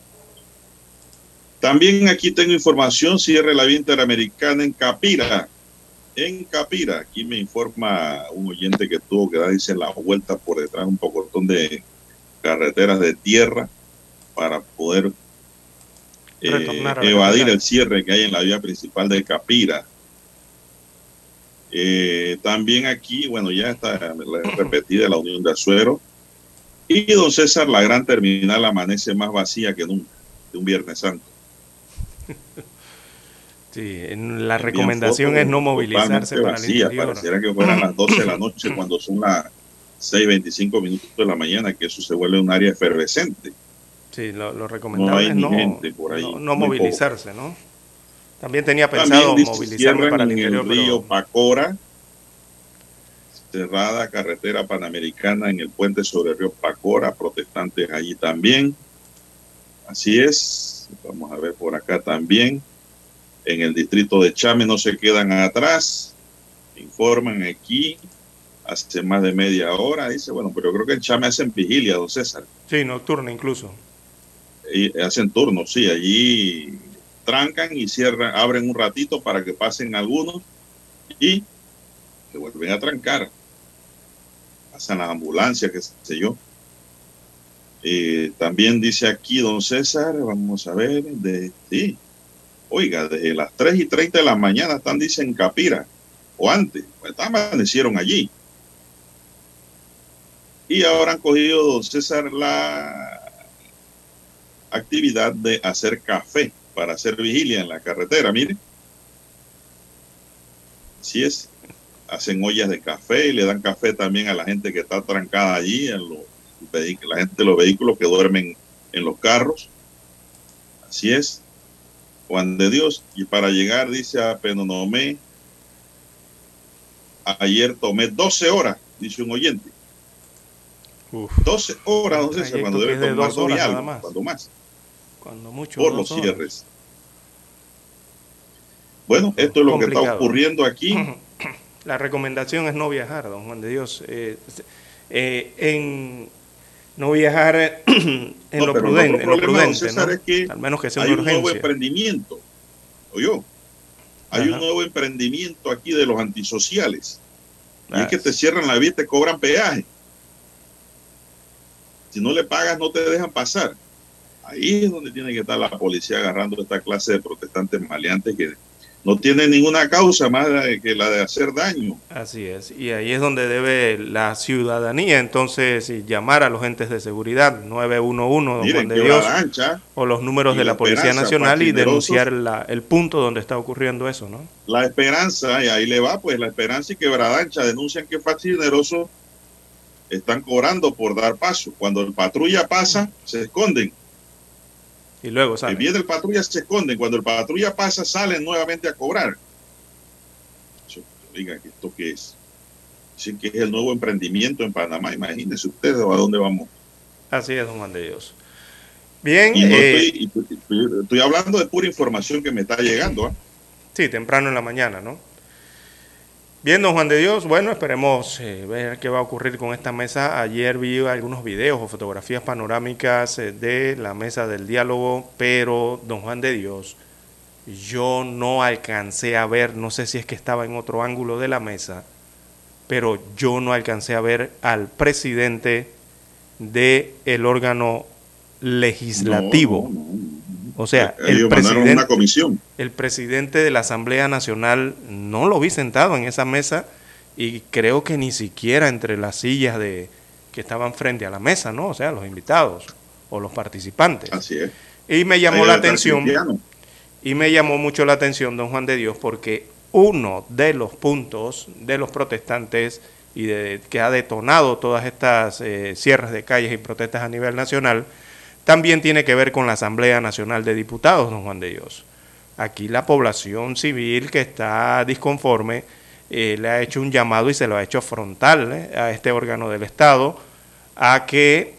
También aquí tengo información, cierre la vía interamericana en Capira. En Capira, aquí me informa un oyente que tuvo que darse la vuelta por detrás un pocotón de carreteras de tierra para poder evadir el cierre que hay en la vía principal de Capira. También aquí, bueno, ya está repetida la Unión de Azuero. Y don César, la gran terminal amanece más vacía que nunca, de un Viernes Santo. Sí, la recomendación es no movilizarse para el interior. Pareciera que fueran las 12 de la noche cuando son las 6:25 minutos de la mañana, que eso se vuelve un área efervescente. Sí, lo recomendable es no movilizarse, poco. ¿no? También tenía pensado movilizarme para el interior. En el río Pacora, cerrada carretera panamericana en el puente sobre el río Pacora, protestantes allí también. Así es, vamos a ver por acá también. En el distrito de Chame no se quedan atrás, informan aquí. hace más de media hora. Dice, bueno, pero yo creo que en Chame hacen vigilia, don César. Sí, nocturna incluso. Y hacen turnos, sí, allí trancan y cierran, abren un ratito para que pasen algunos y se vuelven a trancar. Pasan las ambulancias, qué sé yo. También dice aquí don César, vamos a ver, sí, oiga, desde las 3:30 de la mañana están, dicen, en Capira, o antes, pues amanecieron allí. Y ahora han cogido, don César, la actividad de hacer café para hacer vigilia en la carretera, mire. Así es, hacen ollas de café y le dan café también a la gente que está trancada allí, a la gente de los vehículos que duermen en los carros. Así es, Juan de Dios. Y para llegar, dice, a Penonomé, ayer tomé 12 horas, dice un oyente. 12 horas, don César, cuando debe tomar 2 y algo, cuando más. Cuando mucho, por los cierres. Bueno, esto es lo complicado que está ocurriendo aquí. La recomendación es no viajar, don Juan de Dios. No viajar en lo prudente, César, ¿no? Es que al menos que sea hay una urgencia. Un nuevo emprendimiento, hay un nuevo emprendimiento aquí de los antisociales. Y es que te cierran la vía y te cobran peaje. Si no le pagas, no te dejan pasar. Ahí es donde tiene que estar la policía agarrando esta clase de protestantes maleantes que no tienen ninguna causa más que la de hacer daño. Así es, y ahí es donde debe la ciudadanía entonces llamar a los entes de seguridad, 911, don Juan de Dios, o los números de la Policía Nacional y denunciar el punto donde está ocurriendo eso, ¿no? La Esperanza, y ahí le va, pues La Esperanza y Quebradancha denuncian que Facinerosos están cobrando por dar paso. Cuando el patrulla pasa, se esconden. Y luego salen. Viene el patrulla, se esconden. Cuando el patrulla pasa, salen nuevamente a cobrar. Oiga, ¿esto qué es? Dicen que es el nuevo emprendimiento en Panamá. Imagínense ustedes a dónde vamos. Así es, don Juan de Dios. Bien. Y no estoy hablando de pura información que me está llegando. Sí, temprano en la mañana, ¿no? Bien, don Juan de Dios, bueno, esperemos ver qué va a ocurrir con esta mesa. Ayer vi algunos videos o fotografías panorámicas de la mesa del diálogo, pero, don Juan de Dios, yo no alcancé a ver, no sé si es que estaba en otro ángulo de la mesa, pero yo no alcancé a ver al presidente del órgano legislativo. O sea, el presidente de la Asamblea Nacional no lo vi sentado en esa mesa y creo que ni siquiera entre las sillas que estaban frente a la mesa, ¿no? O sea, los invitados o los participantes. Así es. Y me llamó la atención, y me llamó mucho la atención, don Juan de Dios, porque uno de los puntos de los protestantes y que ha detonado todas estas cierres de calles y protestas a nivel nacional, también tiene que ver con la Asamblea Nacional de Diputados, don Juan de Dios. Aquí la población civil que está disconforme le ha hecho un llamado y se lo ha hecho frontal a este órgano del Estado a que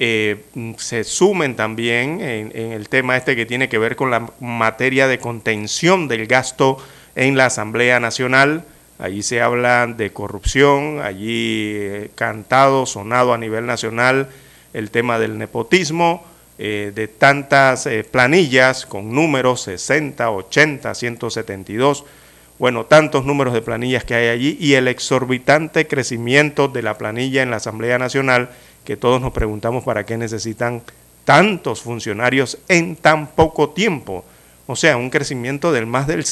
se sumen también en el tema este que tiene que ver con la materia de contención del gasto en la Asamblea Nacional. Allí se habla de corrupción, allí cantado, sonado a nivel nacional el tema del nepotismo, de tantas planillas con números 60, 80, 172, bueno, tantos números de planillas que hay allí y el exorbitante crecimiento de la planilla en la Asamblea Nacional, que todos nos preguntamos para qué necesitan tantos funcionarios en tan poco tiempo. O sea, un crecimiento del más del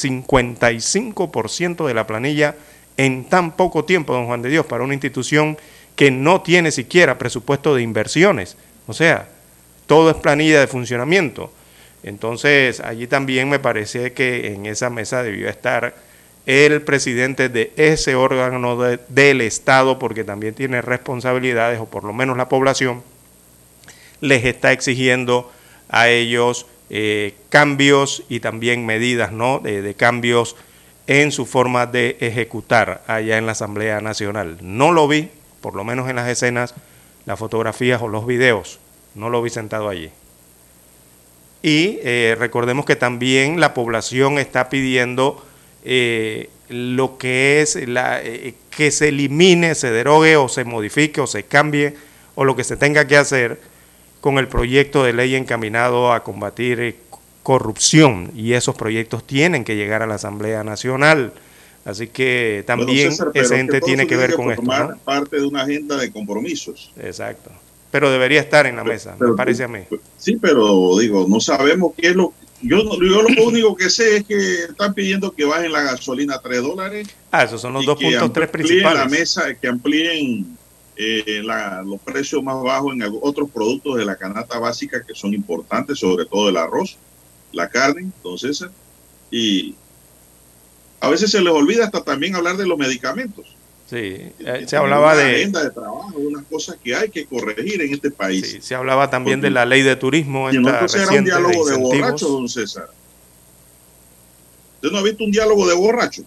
55% de la planilla en tan poco tiempo, don Juan de Dios, para una institución que no tiene siquiera presupuesto de inversiones. O sea, todo es planilla de funcionamiento. Entonces, allí también me parece que en esa mesa debió estar el presidente de ese órgano del Estado, porque también tiene responsabilidades, o por lo menos la población les está exigiendo a ellos cambios y también medidas, ¿no?, de cambios en su forma de ejecutar allá en la Asamblea Nacional. No lo vi, por lo menos en las escenas, las fotografías o los videos, no lo vi sentado allí. Y recordemos que también la población está pidiendo lo que es que se elimine, se derogue o se modifique o se cambie o lo que se tenga que hacer con el proyecto de ley encaminado a combatir corrupción, y esos proyectos tienen que llegar a la Asamblea Nacional. Así que también César, ese ente tiene que ver con esto, ¿no? Parte de una agenda de compromisos. Exacto. Pero debería estar en la mesa, me parece a mí. Sí, pero digo, no sabemos qué es lo... Yo lo único que sé es que están pidiendo que bajen la gasolina a $3. Esos son los 2.3 principales. La mesa, que amplíen los precios más bajos en otros productos de la canasta básica que son importantes, sobre todo el arroz, la carne, entonces, y a veces se les olvida hasta también hablar de los medicamentos. Sí, se hablaba de agenda de trabajo, unas cosas que hay que corregir en este país. Sí, se hablaba también de la ley de turismo. Y no, entonces era un diálogo de borrachos, don César. ¿Usted no ha visto un diálogo de borrachos?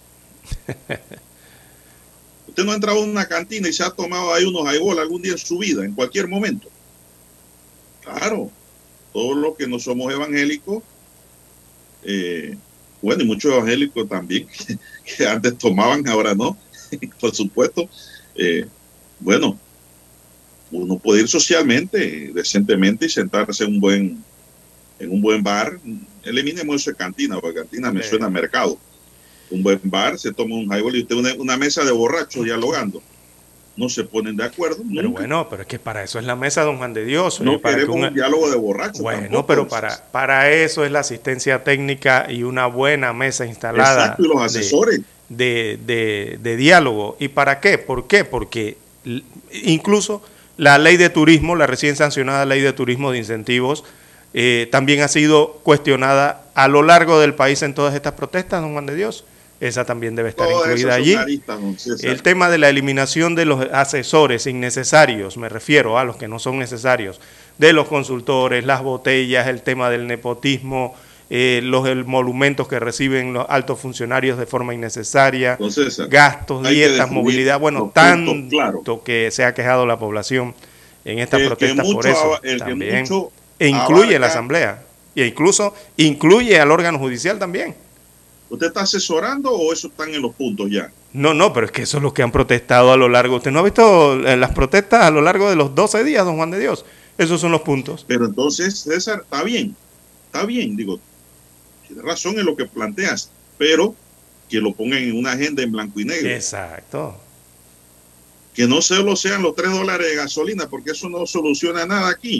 Usted no ha entrado en una cantina y se ha tomado ahí unos highball algún día en su vida, en cualquier momento. Claro, todos los que no somos evangélicos, bueno, y muchos evangélicos también, que antes tomaban, ahora no. Por supuesto, bueno, uno puede ir socialmente, decentemente y sentarse en un buen bar. Eliminemos eso de cantina, porque cantina me suena a mercado. Un buen bar, se toma un highball y usted una mesa de borrachos dialogando. No se ponen de acuerdo. Pero nunca. Bueno, pero es que para eso es la mesa, don Juan de Dios. No queremos un diálogo de borrachos. Bueno, tampoco, pero para eso es la asistencia técnica y una buena mesa instalada. Exacto, y los asesores. De diálogo. ¿Y para qué? ¿Por qué? Porque incluso la ley de turismo, la recién sancionada ley de turismo de incentivos, también ha sido cuestionada a lo largo del país en todas estas protestas, don Juan de Dios. Esa también debe estar incluida allí. El tema de la eliminación de los asesores innecesarios, me refiero a los que no son necesarios, de los consultores, las botellas, el tema del nepotismo, los emolumentos que reciben los altos funcionarios de forma innecesaria, entonces, gastos, dietas, movilidad, bueno, tanto que se ha quejado la población en estas protestas por eso también, e incluye la Asamblea, e incluso incluye al órgano judicial también. ¿Usted está asesorando o eso están en los puntos ya? No, pero es que eso es lo que han protestado a lo largo. ¿Usted no ha visto las protestas a lo largo de los 12 días, don Juan de Dios? Esos son los puntos. Pero entonces, César, está bien, digo, tiene razón en lo que planteas, pero que lo pongan en una agenda en blanco y negro. Exacto. Que no solo sean los $3 de gasolina, porque eso no soluciona nada aquí.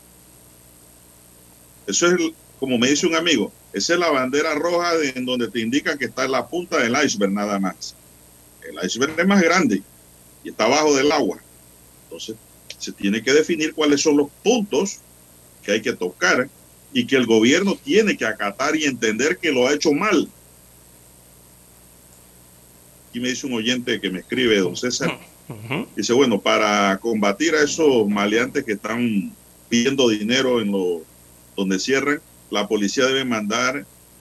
Eso es, como me dice un amigo, esa es la bandera roja en donde te indica que está en la punta del iceberg nada más. El iceberg es más grande y está abajo del agua. Entonces, se tiene que definir cuáles son los puntos que hay que tocar y que el gobierno tiene que acatar y entender que lo ha hecho mal. Aquí me dice un oyente que me escribe, don César, dice, bueno, para combatir a esos maleantes que están pidiendo dinero donde cierran, la policía debe mandar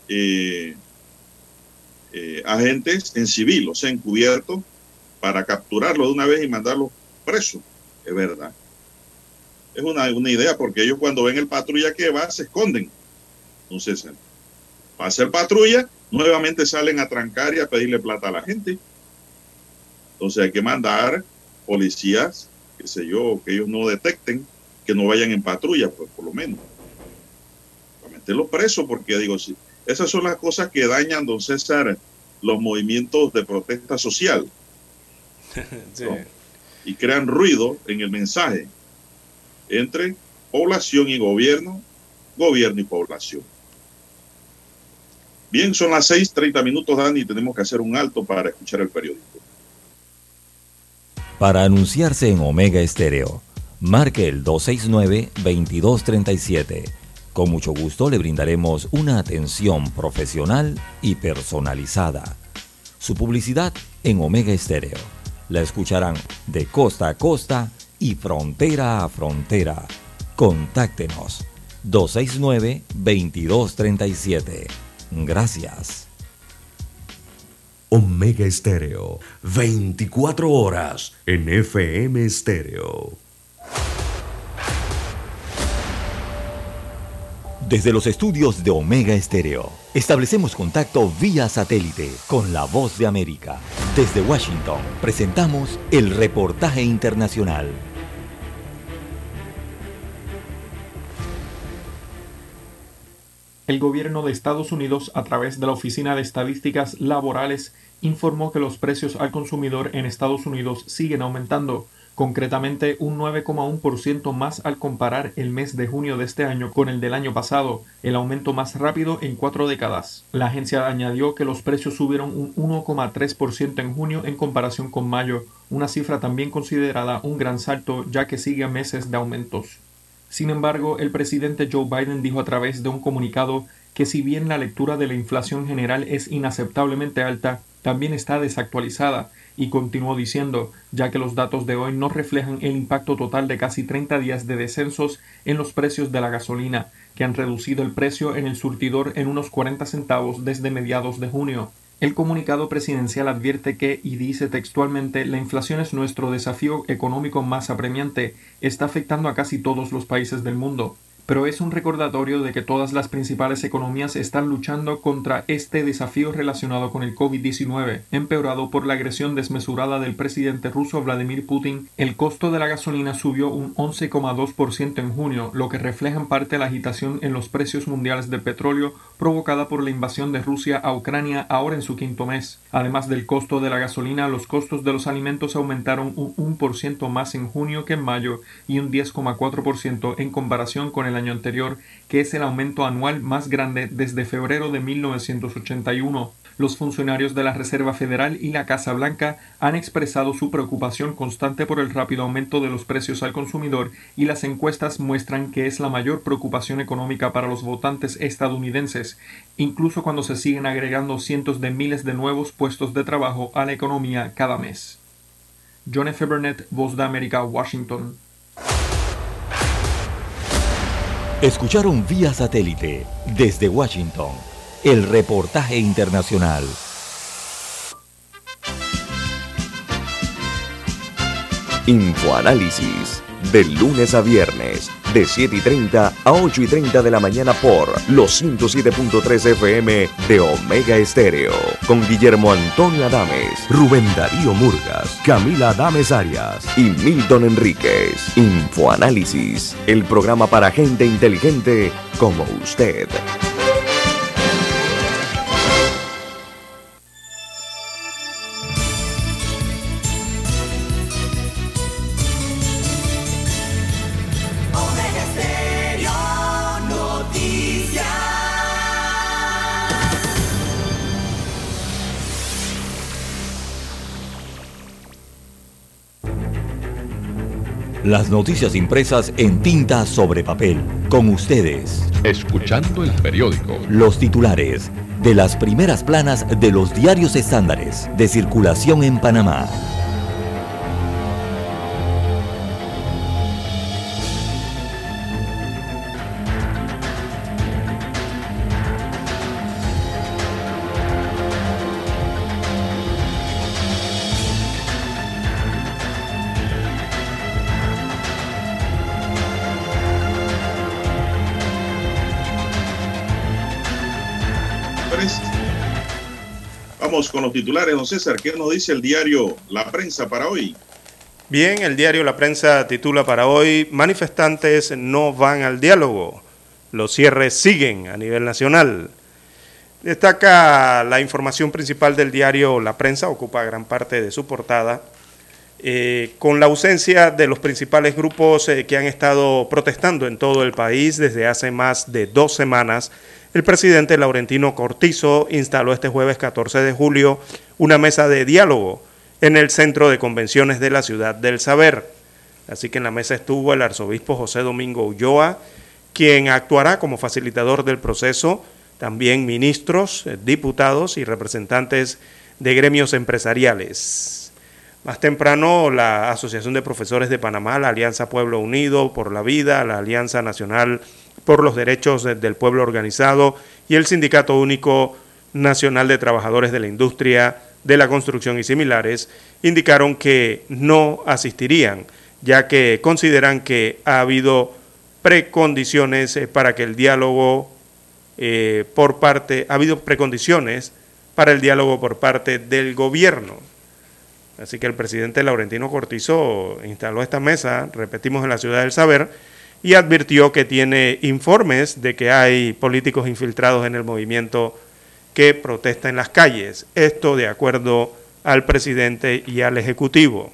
agentes en civil, o sea, encubierto, para capturarlos de una vez y mandarlos presos. Es verdad. Es una idea, porque ellos cuando ven el patrulla que va, se esconden. Entonces, para hacer patrulla, nuevamente salen a trancar y a pedirle plata a la gente. Entonces hay que mandar policías, qué sé yo, que ellos no detecten, que no vayan en patrulla, pues por lo menos. Meterlo preso, porque digo, sí, esas son las cosas que dañan, don César, los movimientos de protesta social. Sí. ¿No? Y crean ruido en el mensaje entre población y gobierno, gobierno y población. Bien, son las 6:30, Dani, y tenemos que hacer un alto para escuchar el periódico. Para anunciarse en Omega Estéreo, marque el 269-2237. Con mucho gusto le brindaremos una atención profesional y personalizada. Su publicidad en Omega Estéreo. La escucharán de costa a costa y frontera a frontera. Contáctenos 269-2237. Gracias. Omega Estéreo, 24 horas en FM Estéreo. Desde los estudios de Omega Estéreo, establecemos contacto vía satélite con la Voz de América. Desde Washington, presentamos el reportaje internacional. El gobierno de Estados Unidos, a través de la Oficina de Estadísticas Laborales, informó que los precios al consumidor en Estados Unidos siguen aumentando, concretamente un 9,1% más al comparar el mes de junio de este año con el del año pasado, el aumento más rápido en 4 décadas. La agencia añadió que los precios subieron un 1,3% en junio en comparación con mayo, una cifra también considerada un gran salto ya que sigue meses de aumentos. Sin embargo, el presidente Joe Biden dijo a través de un comunicado que si bien la lectura de la inflación general es inaceptablemente alta, también está desactualizada, y continuó diciendo, ya que los datos de hoy no reflejan el impacto total de casi 30 días de descensos en los precios de la gasolina, que han reducido el precio en el surtidor en unos 40 centavos desde mediados de junio. El comunicado presidencial advierte que, y dice textualmente, la inflación es nuestro desafío económico más apremiante, está afectando a casi todos los países del mundo. Pero es un recordatorio de que todas las principales economías están luchando contra este desafío relacionado con el COVID-19, empeorado por la agresión desmesurada del presidente ruso Vladimir Putin. El costo de la gasolina subió un 11,2% en junio, lo que refleja en parte la agitación en los precios mundiales del petróleo provocada por la invasión de Rusia a Ucrania ahora en su quinto mes. Además del costo de la gasolina, los costos de los alimentos aumentaron un 1% más en junio que en mayo y un 10,4% en comparación con el año anterior, que es el aumento anual más grande desde febrero de 1981. Los funcionarios de la Reserva Federal y la Casa Blanca han expresado su preocupación constante por el rápido aumento de los precios al consumidor y las encuestas muestran que es la mayor preocupación económica para los votantes estadounidenses, incluso cuando se siguen agregando cientos de miles de nuevos puestos de trabajo a la economía cada mes. John F. Burnett, Voz de América, Washington. Escucharon vía satélite desde Washington el reportaje internacional. Infoanálisis, de lunes a viernes, de 7:30 a 8:30 de la mañana por los 107.3 FM de Omega Estéreo. Con Guillermo Antonio Adames, Rubén Darío Murgas, Camila Adames Arias y Milton Enríquez. Infoanálisis, el programa para gente inteligente como usted. Las noticias impresas en tinta sobre papel. Con ustedes. Escuchando el periódico. Los titulares de las primeras planas de los diarios estándares de circulación en Panamá. Vamos con los titulares, don César. ¿Qué nos dice el diario La Prensa para hoy? Bien, el diario La Prensa titula para hoy: manifestantes no van al diálogo. Los cierres siguen a nivel nacional. Destaca la información principal del diario La Prensa, ocupa gran parte de su portada, con la ausencia de los principales grupos que han estado protestando en todo el país desde hace más de 2 semanas. El presidente Laurentino Cortizo instaló este jueves 14 de julio una mesa de diálogo en el Centro de Convenciones de la Ciudad del Saber. Así que en la mesa estuvo el arzobispo José Domingo Ulloa, quien actuará como facilitador del proceso, también ministros, diputados y representantes de gremios empresariales. Más temprano, la Asociación de Profesores de Panamá, la Alianza Pueblo Unido por la Vida, la Alianza Nacional por los Derechos del Pueblo Organizado y el Sindicato Único Nacional de Trabajadores de la Industria de la Construcción y similares, indicaron que no asistirían, ya que consideran que ha habido precondiciones para que el diálogo ha habido precondiciones para el diálogo por parte del gobierno. Así que el presidente Laurentino Cortizo instaló esta mesa, repetimos, en la Ciudad del Saber, y advirtió que tiene informes de que hay políticos infiltrados en el movimiento que protesta en las calles. Esto de acuerdo al presidente y al Ejecutivo.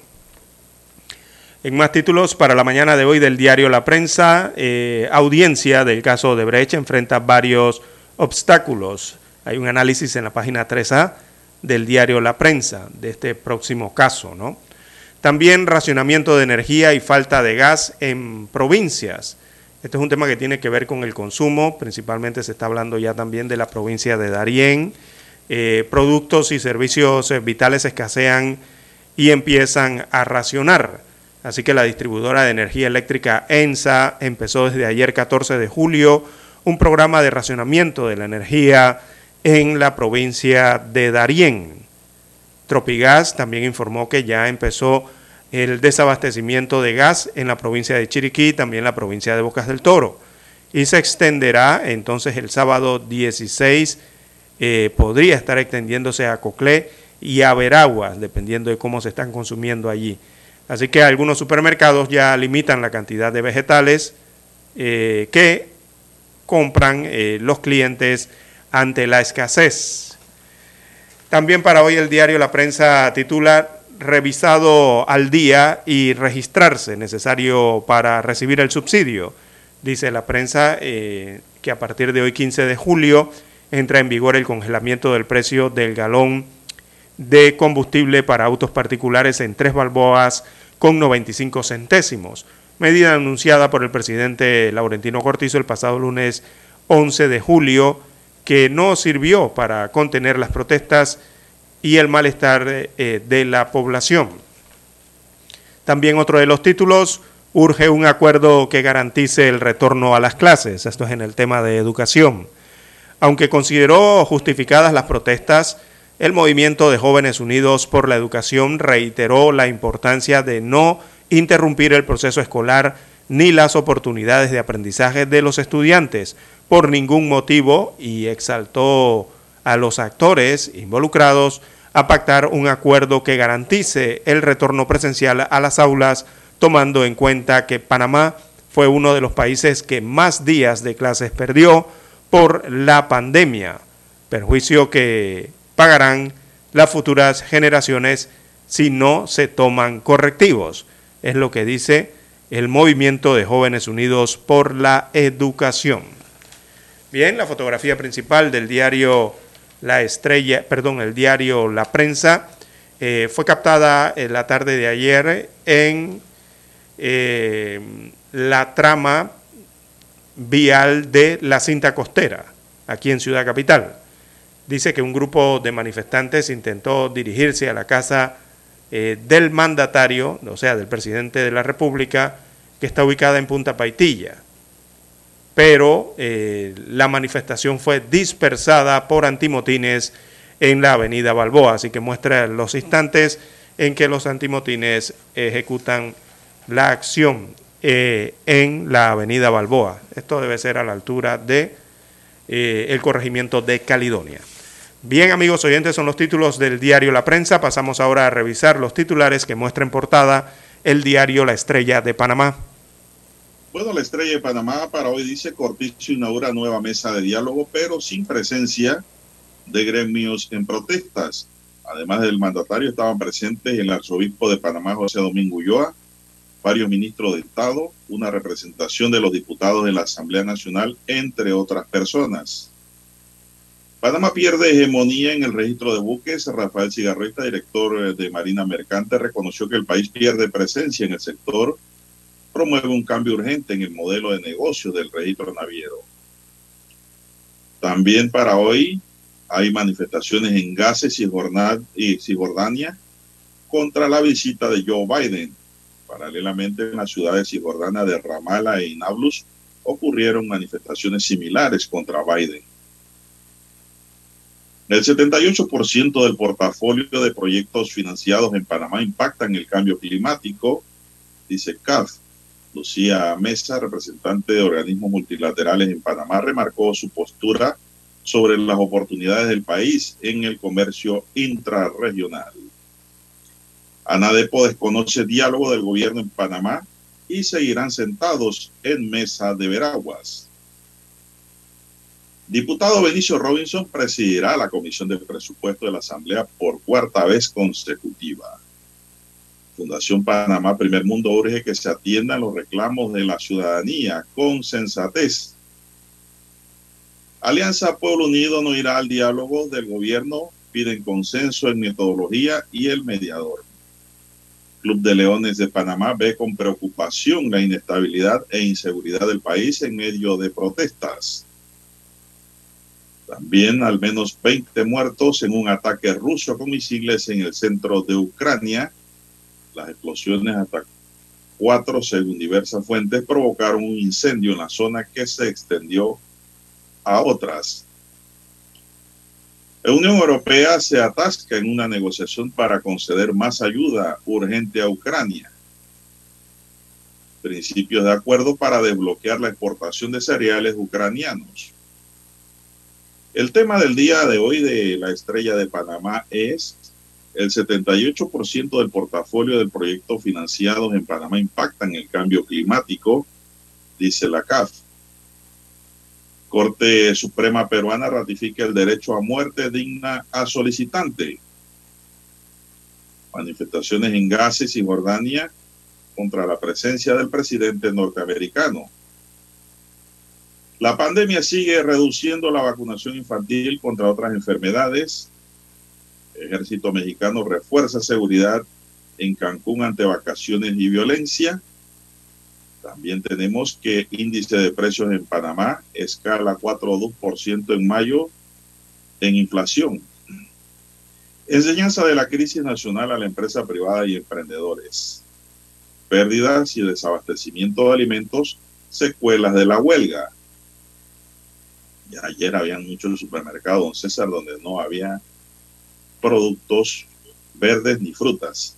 En más títulos para la mañana de hoy del diario La Prensa, audiencia del caso Odebrecht enfrenta varios obstáculos. Hay un análisis en la página 3A del diario La Prensa de este próximo caso, ¿no? También racionamiento de energía y falta de gas en provincias. Este es un tema que tiene que ver con el consumo, principalmente se está hablando ya también de la provincia de Darién. Productos y servicios vitales escasean y empiezan a racionar. Así que la distribuidora de energía eléctrica ENSA empezó desde ayer 14 de julio un programa de racionamiento de la energía en la provincia de Darién. Tropigas también informó que ya empezó el desabastecimiento de gas en la provincia de Chiriquí, también la provincia de Bocas del Toro. Y se extenderá entonces el sábado 16, podría estar extendiéndose a Coclé y a Veraguas, dependiendo de cómo se están consumiendo allí. Así que algunos supermercados ya limitan la cantidad de vegetales que compran los clientes ante la escasez. También para hoy el diario La Prensa titula revisado al día y registrarse necesario para recibir el subsidio. Dice la prensa que a partir de hoy 15 de julio entra en vigor el congelamiento del precio del galón de combustible para autos particulares en 3 balboas con 95 centésimos. Medida anunciada por el presidente Laurentino Cortizo el pasado lunes 11 de julio, que no sirvió para contener las protestas y el malestar de la población. También otro de los títulos, urge un acuerdo que garantice el retorno a las clases. Esto es en el tema de educación. Aunque consideró justificadas las protestas, el Movimiento de Jóvenes Unidos por la Educación reiteró la importancia de no interrumpir el proceso escolar ni las oportunidades de aprendizaje de los estudiantes por ningún motivo y exaltó a los actores involucrados a pactar un acuerdo que garantice el retorno presencial a las aulas, tomando en cuenta que Panamá fue uno de los países que más días de clases perdió por la pandemia, perjuicio que pagarán las futuras generaciones si no se toman correctivos. Es lo que dice el Movimiento de Jóvenes Unidos por la Educación. Bien, la fotografía principal del diario el diario La Prensa fue captada en la tarde de ayer en la trama vial de la cinta costera, aquí en Ciudad Capital. Dice que un grupo de manifestantes intentó dirigirse a la casa del mandatario, o sea, del presidente de la República, que está ubicada en Punta Paitilla. Pero la manifestación fue dispersada por antimotines en la avenida Balboa, así que muestra los instantes en que los antimotines ejecutan la acción en la avenida Balboa. Esto debe ser a la altura de el corregimiento de Caledonia. Bien, amigos oyentes, son los títulos del diario La Prensa. Pasamos ahora a revisar los titulares que muestra en portada el diario La Estrella de Panamá. Bueno, La Estrella de Panamá para hoy dice Cortizo inaugura nueva mesa de diálogo, pero sin presencia de gremios en protestas. Además del mandatario estaban presentes el arzobispo de Panamá, José Domingo Ulloa, varios ministros de Estado, una representación de los diputados de la Asamblea Nacional, entre otras personas. Panamá pierde hegemonía en el registro de buques. Rafael Cigarreta, director de Marina Mercante, reconoció que el país pierde presencia en el sector. Promueve un cambio urgente en el modelo de negocio del registro naviero. También para hoy hay manifestaciones en Gases y Cisjordania contra la visita de Joe Biden. Paralelamente, en la ciudad de Cisjordania de Ramallah y Nablus ocurrieron manifestaciones similares contra Biden. El 78% del portafolio de proyectos financiados en Panamá impactan el cambio climático, dice CAF. Lucía Mesa, representante de organismos multilaterales en Panamá, remarcó su postura sobre las oportunidades del país en el comercio intrarregional. ANADEPO desconoce diálogo del gobierno en Panamá y seguirán sentados en mesa de Veraguas. Diputado Benicio Robinson presidirá la Comisión de Presupuesto de la Asamblea por cuarta vez consecutiva. Fundación Panamá Primer Mundo urge que se atiendan los reclamos de la ciudadanía con sensatez. Alianza Pueblo Unido no irá al diálogo del gobierno, piden consenso en metodología y el mediador. Club de Leones de Panamá ve con preocupación la inestabilidad e inseguridad del país en medio de protestas. También al menos 20 muertos en un ataque ruso con misiles en el centro de Ucrania. Las explosiones, hasta 4 según diversas fuentes, provocaron un incendio en la zona que se extendió a otras. La Unión Europea se atasca en una negociación para conceder más ayuda urgente a Ucrania. Principios de acuerdo para desbloquear la exportación de cereales ucranianos. El tema del día de hoy de la Estrella de Panamá es: el 78% del portafolio del proyecto financiados en Panamá impactan el cambio climático, dice la CAF. Corte Suprema Peruana ratifica el derecho a muerte digna a solicitante. Manifestaciones en Gaza y Cisjordania contra la presencia del presidente norteamericano. La pandemia sigue reduciendo la vacunación infantil contra otras enfermedades. Ejército mexicano refuerza seguridad en Cancún ante vacaciones y violencia. También tenemos que índice de precios en Panamá escala 4,2% en mayo en inflación. Enseñanza de la crisis nacional a la empresa privada y emprendedores. Pérdidas y desabastecimiento de alimentos, secuelas de la huelga. Ya ayer habían muchos supermercados, don César, donde no había productos verdes ni frutas.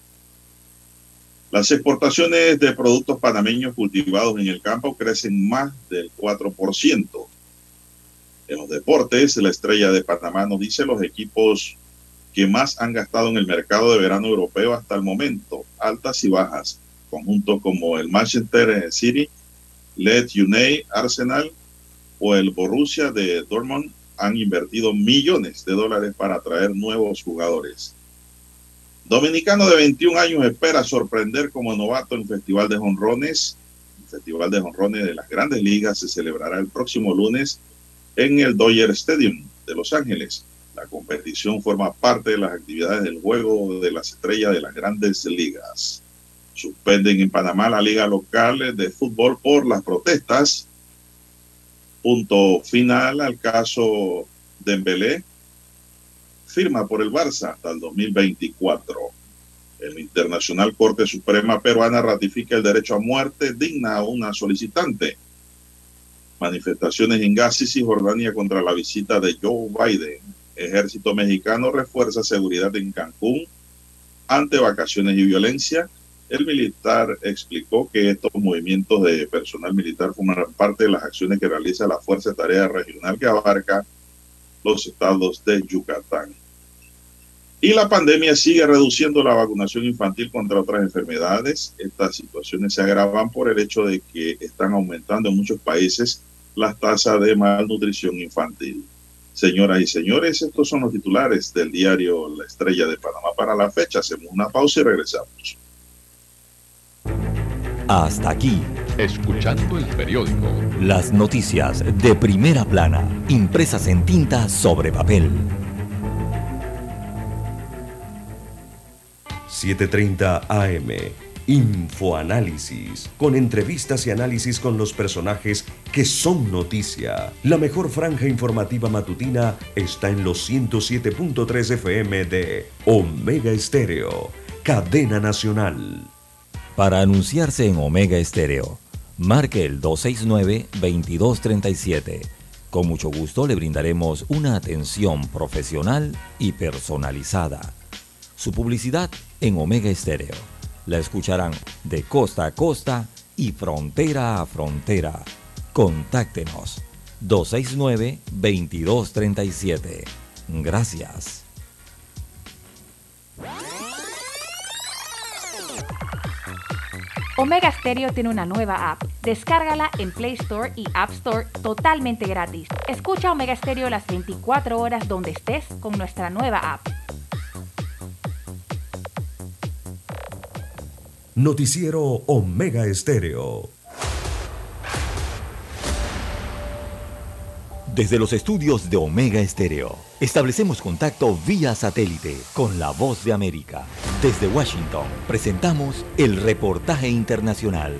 Las exportaciones de productos panameños cultivados en el campo crecen más del 4%. En los deportes, la Estrella de Panamá nos dice los equipos que más han gastado en el mercado de verano europeo hasta el momento, altas y bajas. Conjuntos como el Manchester City, Leeds United, Arsenal o el Borussia de Dortmund han invertido millones de dólares para atraer nuevos jugadores. Dominicano de 21 años espera sorprender como novato en Festival de Jonrones. El Festival de Jonrones de las Grandes Ligas se celebrará el próximo lunes en el Dodger Stadium de Los Ángeles. La competición forma parte de las actividades del Juego de las Estrellas de las Grandes Ligas. Suspenden en Panamá la liga local de fútbol por las protestas. Punto final al caso Dembélé. Firma por el Barça hasta el 2024. El Internacional Corte Suprema Peruana ratifica el derecho a muerte digna a una solicitante. Manifestaciones en Gaza y Cisjordania contra la visita de Joe Biden. Ejército mexicano refuerza seguridad en Cancún ante vacaciones y violencia. El militar explicó que estos movimientos de personal militar forman parte de las acciones que realiza la Fuerza de Tarea Regional que abarca los estados de Yucatán. Y la pandemia sigue reduciendo la vacunación infantil contra otras enfermedades. Estas situaciones se agravan por el hecho de que están aumentando en muchos países las tasas de malnutrición infantil. Señoras y señores, estos son los titulares del diario La Estrella de Panamá para la fecha. Hacemos una pausa y regresamos. Hasta aquí, escuchando el periódico. Las noticias de primera plana, impresas en tinta sobre papel. 7:30 AM, Infoanálisis, con entrevistas y análisis con los personajes que son noticia. La mejor franja informativa matutina está en los 107.3 FM de Omega Estéreo, cadena nacional. Para anunciarse en Omega Estéreo, marque el 269-2237. Con mucho gusto le brindaremos una atención profesional y personalizada. Su publicidad en Omega Estéreo. La escucharán de costa a costa y frontera a frontera. Contáctenos 269-2237. Gracias. Omega Stereo tiene una nueva app. Descárgala en Play Store y App Store totalmente gratis. Escucha Omega Stereo las 24 horas donde estés con nuestra nueva app. Noticiero Omega Estéreo. Desde los estudios de Omega Estéreo, establecemos contacto vía satélite con la Voz de América. Desde Washington, presentamos el reportaje internacional.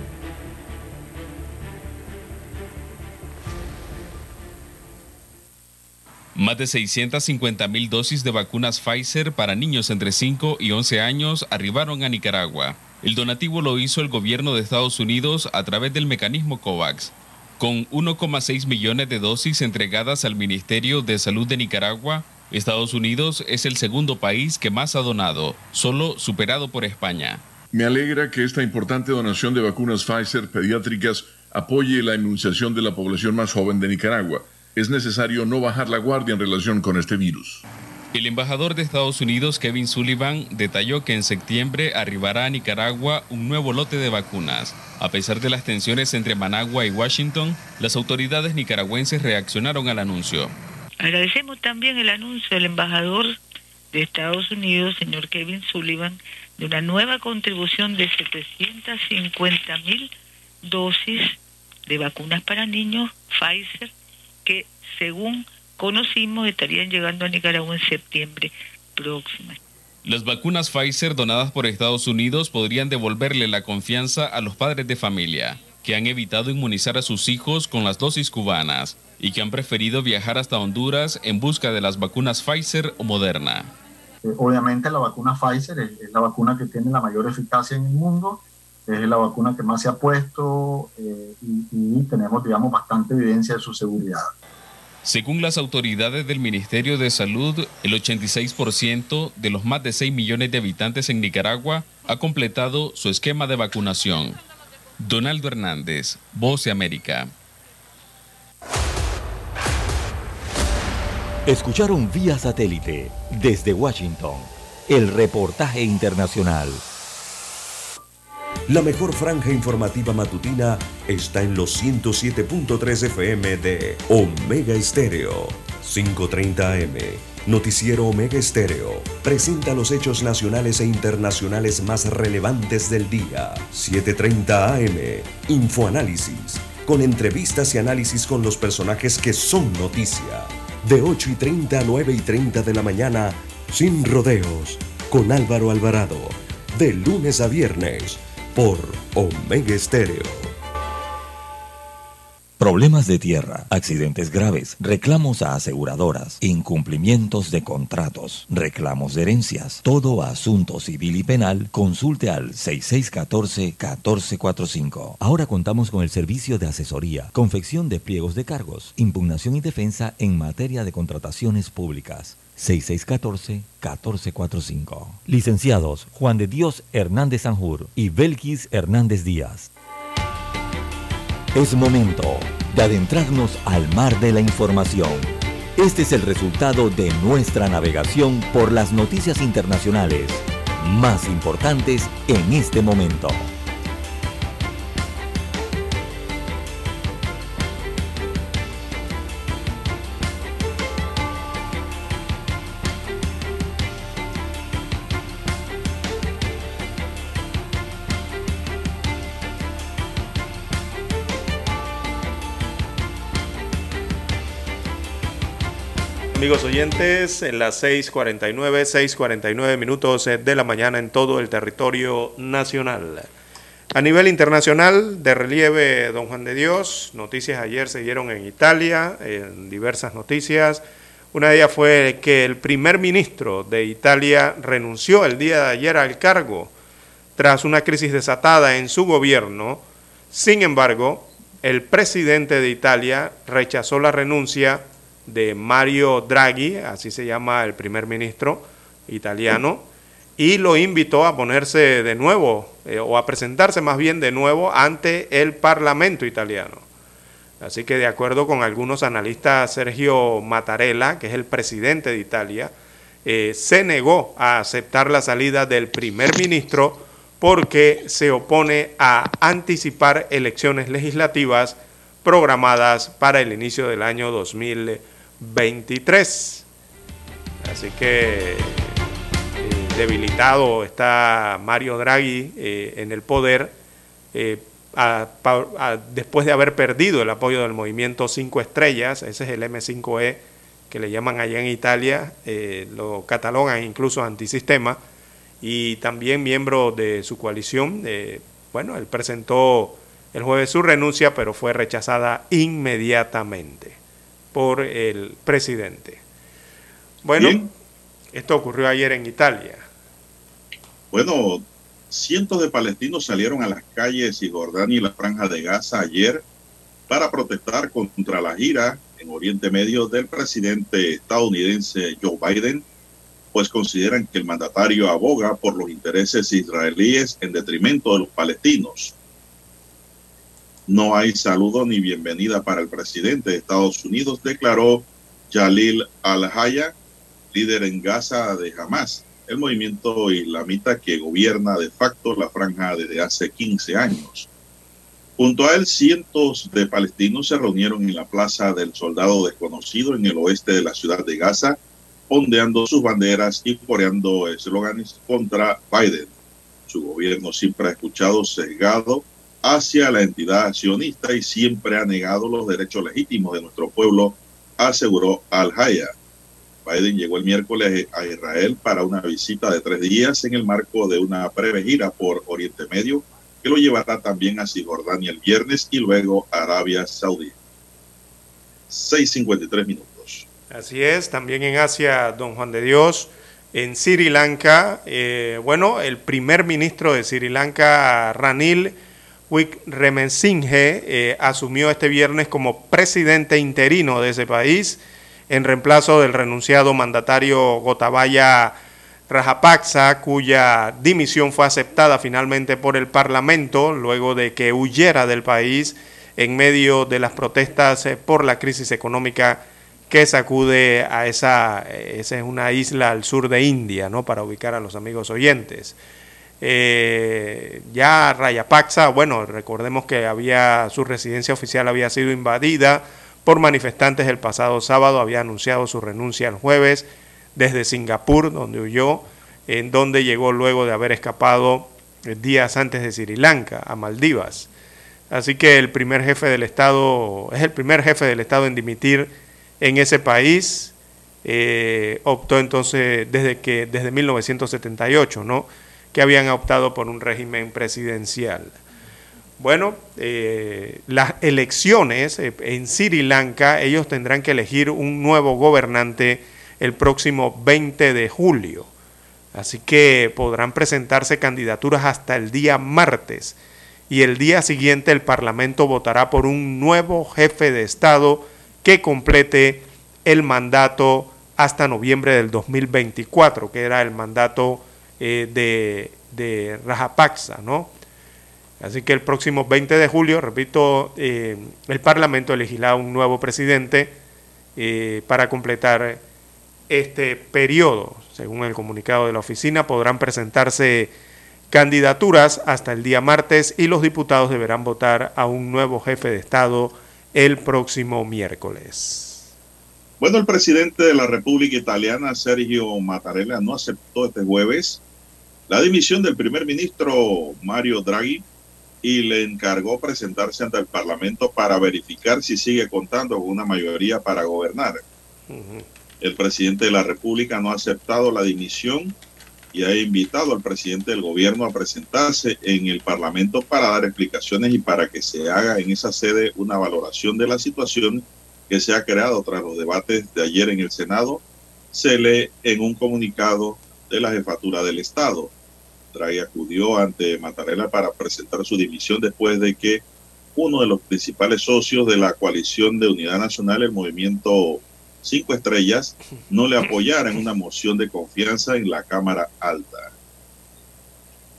Más de 650,000 dosis de vacunas Pfizer para niños entre 5 y 11 años arribaron a Nicaragua. El donativo lo hizo el gobierno de Estados Unidos a través del mecanismo COVAX. Con 1,6 millones de dosis entregadas al Ministerio de Salud de Nicaragua, Estados Unidos es el segundo país que más ha donado, solo superado por España. Me alegra que esta importante donación de vacunas Pfizer pediátricas apoye la inmunización de la población más joven de Nicaragua. Es necesario no bajar la guardia en relación con este virus. El embajador de Estados Unidos, Kevin Sullivan, detalló que en septiembre arribará a Nicaragua un nuevo lote de vacunas. A pesar de las tensiones entre Managua y Washington, las autoridades nicaragüenses reaccionaron al anuncio. Agradecemos también el anuncio del embajador de Estados Unidos, señor Kevin Sullivan, de una nueva contribución de 750,000 dosis de vacunas para niños Pfizer, que según conocimos estarían llegando a Nicaragua en septiembre próximo. Las vacunas Pfizer donadas por Estados Unidos podrían devolverle la confianza a los padres de familia, que han evitado inmunizar a sus hijos con las dosis cubanas y que han preferido viajar hasta Honduras en busca de las vacunas Pfizer o Moderna. Obviamente la vacuna Pfizer es la vacuna que tiene la mayor eficacia en el mundo, es la vacuna que más se ha puesto y tenemos, digamos, bastante evidencia de su seguridad. Según las autoridades del Ministerio de Salud, el 86% de los más de 6 millones de habitantes en Nicaragua ha completado su esquema de vacunación. Donaldo Hernández, Voz de América. Escucharon vía satélite desde Washington el reportaje internacional. La mejor franja informativa matutina está en los 107.3 FM de Omega Estéreo. 5:30 AM. Noticiero Omega Estéreo presenta los hechos nacionales e internacionales más relevantes del día. 7:30 AM. Infoanálisis. Con entrevistas y análisis con los personajes que son noticia. De 8:30 a 9:30 de la mañana, Sin Rodeos, con Álvaro Alvarado. De lunes a viernes, por Omega Estéreo. Problemas de tierra, accidentes graves, reclamos a aseguradoras, incumplimientos de contratos, reclamos de herencias, todo asunto civil y penal, consulte al 6614-1445. Ahora contamos con el servicio de asesoría, confección de pliegos de cargos, impugnación y defensa en materia de contrataciones públicas. 6614-1445. Licenciados Juan de Dios Hernández Sanjur y Belkis Hernández Díaz. Es momento de adentrarnos al mar de la información. Este es el resultado de nuestra navegación por las noticias internacionales más importantes en este momento. Amigos oyentes, en las 6:49 minutos de la mañana en todo el territorio nacional. A nivel internacional, de relieve, don Juan de Dios, noticias ayer se dieron en Italia, en diversas noticias. Una de ellas fue que el primer ministro de Italia renunció el día de ayer al cargo tras una crisis desatada en su gobierno. Sin embargo, el presidente de Italia rechazó la renuncia de Mario Draghi, así se llama el primer ministro italiano, y lo invitó a ponerse de nuevo, o a presentarse más bien de nuevo ante el Parlamento italiano. Así que de acuerdo con algunos analistas, Sergio Mattarella, que es el presidente de Italia, se negó a aceptar la salida del primer ministro porque se opone a anticipar elecciones legislativas programadas para el inicio del año 2023. Así que debilitado está Mario Draghi en el poder, después de haber perdido el apoyo del movimiento 5 estrellas, ese es el M5E que le llaman allá en Italia, lo catalogan incluso antisistema, y también miembro de su coalición. Bueno, él presentó el jueves su renuncia, pero fue rechazada inmediatamente por el presidente. Bueno, bien. Esto ocurrió ayer en Italia. Bueno, cientos de palestinos salieron a las calles de Cisjordania y la Franja de Gaza ayer para protestar contra la gira en Oriente Medio del presidente estadounidense Joe Biden, pues consideran que el mandatario aboga por los intereses israelíes en detrimento de los palestinos. No hay saludo ni bienvenida para el presidente de Estados Unidos, declaró Jalil al-Haya, líder en Gaza de Hamas, el movimiento islamita que gobierna de facto la franja desde hace 15 años. Junto a él, cientos de palestinos se reunieron en la Plaza del Soldado Desconocido en el oeste de la ciudad de Gaza, ondeando sus banderas y coreando eslóganes contra Biden. Su gobierno siempre ha escuchado sesgado hacia la entidad sionista y siempre ha negado los derechos legítimos de nuestro pueblo, aseguró al-Haya. Biden llegó el miércoles a Israel para una visita de 3 días en el marco de una breve gira por Oriente Medio, que lo llevará también a Cisjordania el viernes y luego a Arabia Saudí. 6:53 minutos. Así es, también en Asia, don Juan de Dios, en Sri Lanka, el primer ministro de Sri Lanka, Ranil Wickremesinghe, asumió este viernes como presidente interino de ese país, en reemplazo del renunciado mandatario Gotabaya Rajapaksa, cuya dimisión fue aceptada finalmente por el Parlamento luego de que huyera del país en medio de las protestas por la crisis económica que sacude a esa es una isla al sur de India, ¿no?, para ubicar a los amigos oyentes. Ya Rajapaksa, recordemos que su residencia oficial había sido invadida por manifestantes el pasado sábado, había anunciado su renuncia el jueves desde Singapur, donde huyó, en donde llegó luego de haber escapado días antes de Sri Lanka, a Maldivas. Así que es el primer jefe del Estado en dimitir en ese país. Optó entonces desde 1978, ¿no?, que habían optado por un régimen presidencial. Las elecciones en Sri Lanka, ellos tendrán que elegir un nuevo gobernante el próximo 20 de julio. Así que podrán presentarse candidaturas hasta el día martes. Y el día siguiente el Parlamento votará por un nuevo jefe de Estado que complete el mandato hasta noviembre del 2024, que era el mandato de Rajapaksa, ¿no? Así que el próximo 20 de julio, repito, el Parlamento elegirá un nuevo presidente para completar este periodo. Según el comunicado de la oficina, podrán presentarse candidaturas hasta el día martes y los diputados deberán votar a un nuevo jefe de Estado el próximo miércoles. El presidente de la República Italiana, Sergio Mattarella, no aceptó este jueves la dimisión del primer ministro Mario Draghi y le encargó presentarse ante el Parlamento para verificar si sigue contando con una mayoría para gobernar. El presidente de la República no ha aceptado la dimisión y ha invitado al presidente del gobierno a presentarse en el Parlamento para dar explicaciones y para que se haga en esa sede una valoración de la situación que se ha creado tras los debates de ayer en el Senado, se lee en un comunicado de la Jefatura del Estado. Draghi acudió ante Mattarella para presentar su dimisión después de que uno de los principales socios de la coalición de unidad nacional, el movimiento 5 estrellas, no le apoyara en una moción de confianza en la Cámara Alta.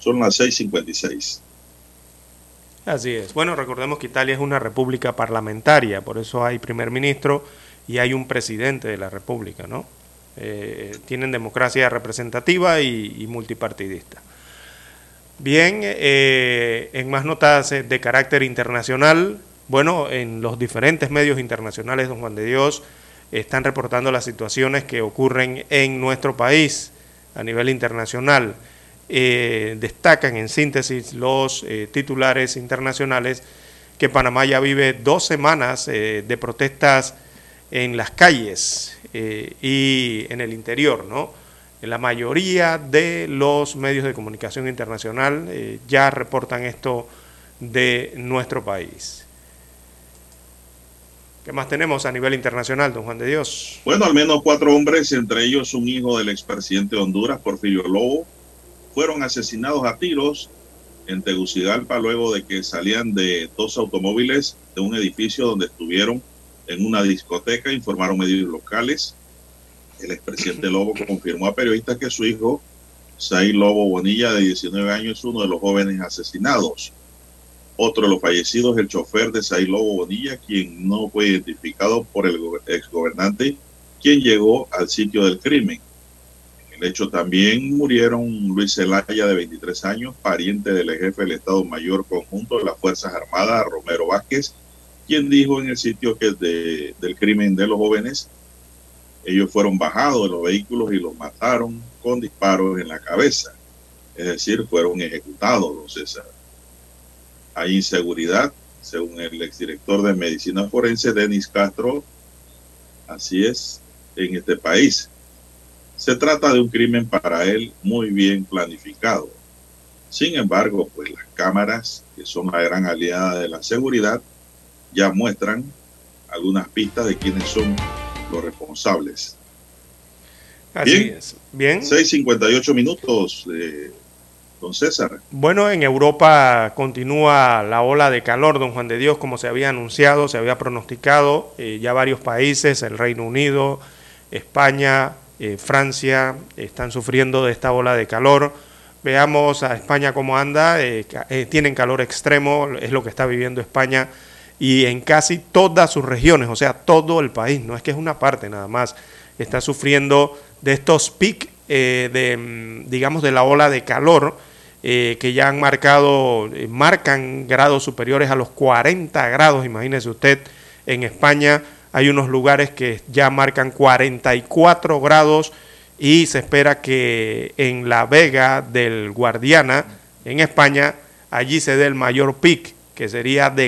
Son las 6:56. Así es. Bueno, recordemos que Italia es una república parlamentaria, por eso hay primer ministro y hay un presidente de la república, ¿no? Tienen democracia representativa y multipartidista. Bien, en más notas de carácter internacional, bueno, en los diferentes medios internacionales, don Juan de Dios, están reportando las situaciones que ocurren en nuestro país a nivel internacional. Destacan en síntesis los titulares internacionales que Panamá ya vive 2 semanas de protestas en las calles y en el interior, ¿no? En la mayoría de los medios de comunicación internacional ya reportan esto de nuestro país. ¿Qué más tenemos a nivel internacional, don Juan de Dios? Bueno, al menos 4 hombres, entre ellos un hijo del expresidente de Honduras, Porfirio Lobo, fueron asesinados a tiros en Tegucigalpa luego de que salían de 2 automóviles de un edificio donde estuvieron en una discoteca, informaron medios locales. El expresidente Lobo confirmó a periodistas que su hijo, Said Lobo Bonilla, de 19 años, es uno de los jóvenes asesinados. Otro de los fallecidos es el chofer de Said Lobo Bonilla, quien no fue identificado por el exgobernante, quien llegó al sitio del crimen. En el hecho también murieron Luis Zelaya, de 23 años, pariente del jefe del Estado Mayor Conjunto de las Fuerzas Armadas, Romero Vázquez, quien dijo en el sitio que del crimen de los jóvenes, ellos fueron bajados de los vehículos y los mataron con disparos en la cabeza. Es decir, fueron ejecutados, don César. Hay inseguridad, según el exdirector de Medicina Forense, Denis Castro. Así es, en este país. Se trata de un crimen para él muy bien planificado. Sin embargo, pues las cámaras, que son la gran aliada de la seguridad, ya muestran algunas pistas de quiénes son los responsables. Así es. Bien. 6:58 minutos, don César. Bueno, en Europa continúa la ola de calor, don Juan de Dios, como se había anunciado, se había pronosticado. Ya varios países, el Reino Unido, España, Francia, están sufriendo de esta ola de calor. Veamos a España cómo anda. Tienen calor extremo, es lo que está viviendo España, y en casi todas sus regiones, o sea, todo el país, no es que es una parte nada más, está sufriendo de estos picos digamos, de la ola de calor, que ya marcan grados superiores a los 40 grados, imagínese usted. En España hay unos lugares que ya marcan 44 grados y se espera que en la Vega del Guadiana, en España, allí se dé el mayor pic, que sería de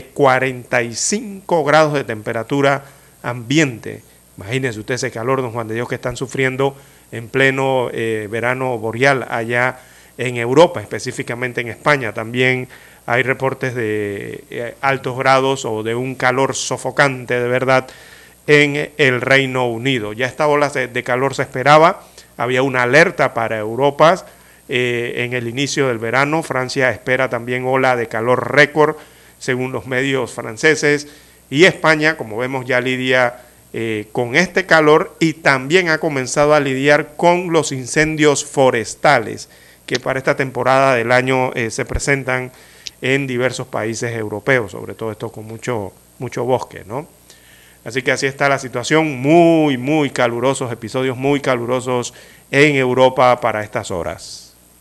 45 grados de temperatura ambiente. Imagínense usted ese calor, don Juan de Dios, que están sufriendo en pleno verano boreal allá en Europa, específicamente en España. También hay reportes de altos grados o de un calor sofocante de verdad en el Reino Unido. Ya esta ola de calor se esperaba, había una alerta para Europa en el inicio del verano. Francia espera también ola de calor récord, según los medios franceses, y España, como vemos, ya lidia con este calor y también ha comenzado a lidiar con los incendios forestales que para esta temporada del año se presentan en diversos países europeos, sobre todo esto con mucho bosque, ¿no? Así que así está la situación, muy calurosos, episodios muy calurosos en Europa para estas horas.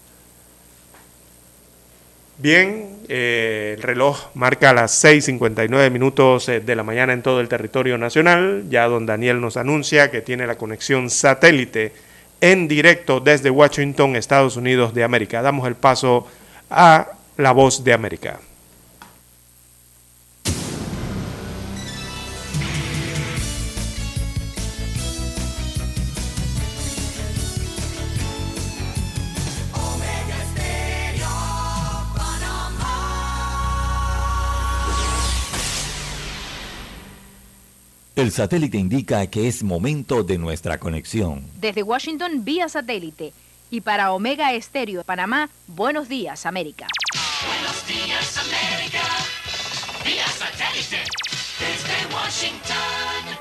Bien, el reloj marca las 6:59 minutos de la mañana en todo el territorio nacional. Ya don Daniel nos anuncia que tiene la conexión satélite en directo desde Washington, Estados Unidos de América. Damos el paso a La Voz de América. El satélite indica que es momento de nuestra conexión. Desde Washington, vía satélite. Y para Omega Estéreo de Panamá, buenos días, América. Buenos días, América. Vía satélite. Desde Washington.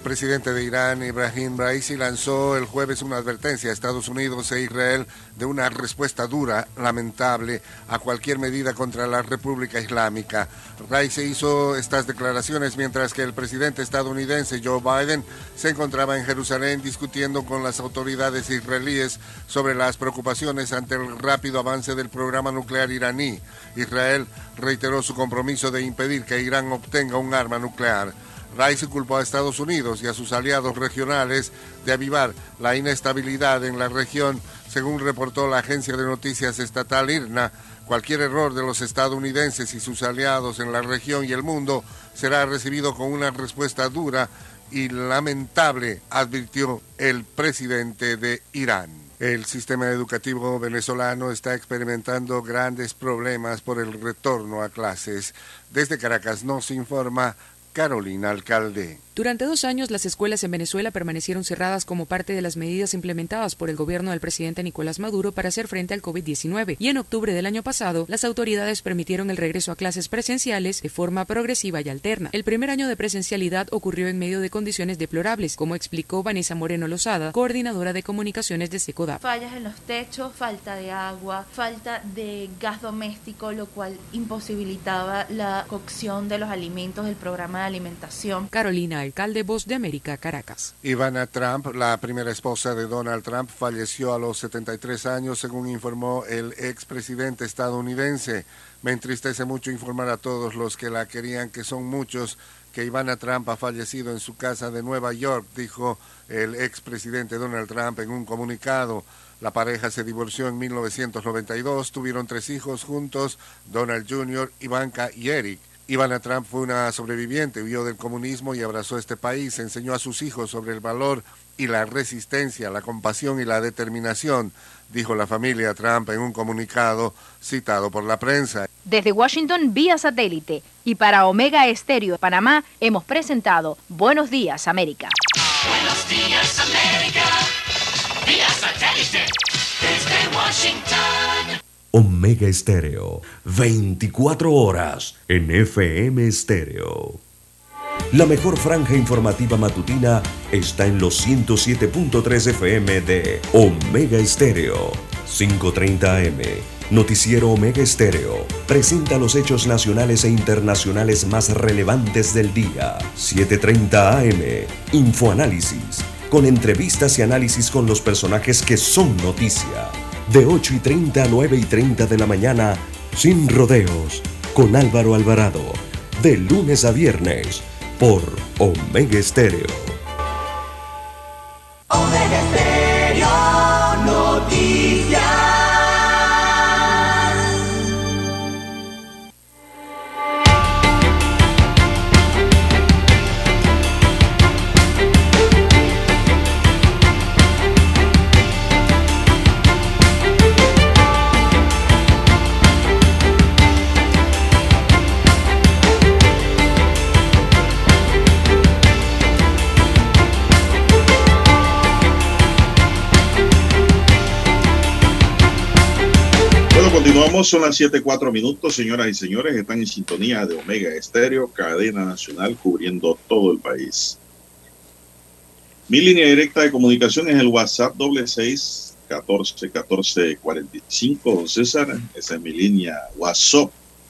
presidente de Irán, Ibrahim Raisi, lanzó el jueves una advertencia a Estados Unidos e Israel de una respuesta dura, lamentable, a cualquier medida contra la República Islámica. Raisi hizo estas declaraciones mientras que el presidente estadounidense Joe Biden se encontraba en Jerusalén discutiendo con las autoridades israelíes sobre las preocupaciones ante el rápido avance del programa nuclear iraní. Israel reiteró su compromiso de impedir que Irán obtenga un arma nuclear. Raisi culpó a Estados Unidos y a sus aliados regionales de avivar la inestabilidad en la región, según reportó la agencia de noticias estatal IRNA. Cualquier error de los estadounidenses y sus aliados en la región y el mundo será recibido con una respuesta dura y lamentable, advirtió el presidente de Irán. El sistema educativo venezolano está experimentando grandes problemas por el retorno a clases. Desde Caracas nos informa Carolina Alcalde. Durante 2 años, las escuelas en Venezuela permanecieron cerradas como parte de las medidas implementadas por el gobierno del presidente Nicolás Maduro para hacer frente al COVID-19. Y en octubre del año pasado, las autoridades permitieron el regreso a clases presenciales de forma progresiva y alterna. El primer año de presencialidad ocurrió en medio de condiciones deplorables, como explicó Vanessa Moreno Lozada, coordinadora de comunicaciones de SECODAP. Fallas en los techos, falta de agua, falta de gas doméstico, lo cual imposibilitaba la cocción de los alimentos del programa de alimentación. Carolina Alcalde, Voz de América, Caracas. Ivana Trump, la primera esposa de Donald Trump, falleció a los 73 años, según informó el expresidente estadounidense. Me entristece mucho informar a todos los que la querían, que son muchos, que Ivana Trump ha fallecido en su casa de Nueva York, dijo el expresidente Donald Trump en un comunicado. La pareja se divorció en 1992, tuvieron 3 hijos juntos, Donald Jr., Ivanka y Eric. Ivana Trump fue una sobreviviente, huyó del comunismo y abrazó este país, enseñó a sus hijos sobre el valor y la resistencia, la compasión y la determinación, dijo la familia Trump en un comunicado citado por la prensa. Desde Washington, vía satélite, y para Omega Estéreo de Panamá, hemos presentado Buenos Días, América. Buenos Días, América, vía satélite, desde Washington. Omega Estéreo, 24 horas en FM Estéreo. La mejor franja informativa matutina está en los 107.3 FM de Omega Estéreo. 5:30 AM. Noticiero Omega Estéreo presenta los hechos nacionales e internacionales más relevantes del día. 7:30 AM. Infoanálisis, con entrevistas y análisis con los personajes que son noticia. De 8:30 a 9:30 de la mañana, Sin Rodeos, con Álvaro Alvarado. De lunes a viernes, por Omega Estéreo. Omega Estéreo Noticias. Continuamos, son las 7:04, señoras y señores, están en sintonía de Omega Estéreo, cadena nacional cubriendo todo el país. Mi línea directa de comunicación es el WhatsApp 661-14-14-45, don César, esa es mi línea WhatsApp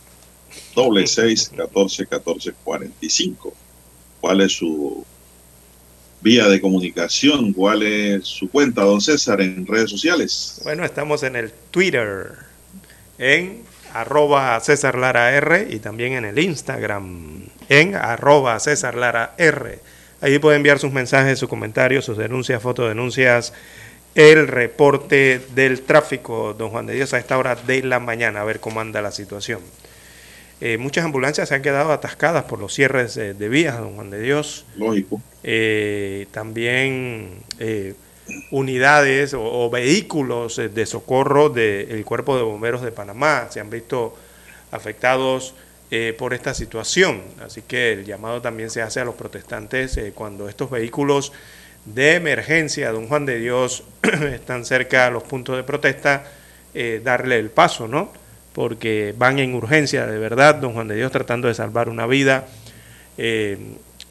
661-14-14-45. ¿Cuál es su vía de comunicación? ¿Cuál es su cuenta, don César, en redes sociales? Bueno, estamos en el Twitter, en @CésarLaraR, y también en el Instagram, en @CésarLaraR. Ahí puede enviar sus mensajes, sus comentarios, sus denuncias, fotodenuncias, el reporte del tráfico, don Juan de Dios, a esta hora de la mañana, a ver cómo anda la situación. Muchas ambulancias se han quedado atascadas por los cierres de vías, don Juan de Dios. Lógico. También unidades o vehículos de socorro del Cuerpo de Bomberos de Panamá se han visto afectados por esta situación. Así que el llamado también se hace a los protestantes cuando estos vehículos de emergencia, don Juan de Dios, están cerca a los puntos de protesta, darle el paso, ¿no? Porque van en urgencia, de verdad, don Juan de Dios, tratando de salvar una vida.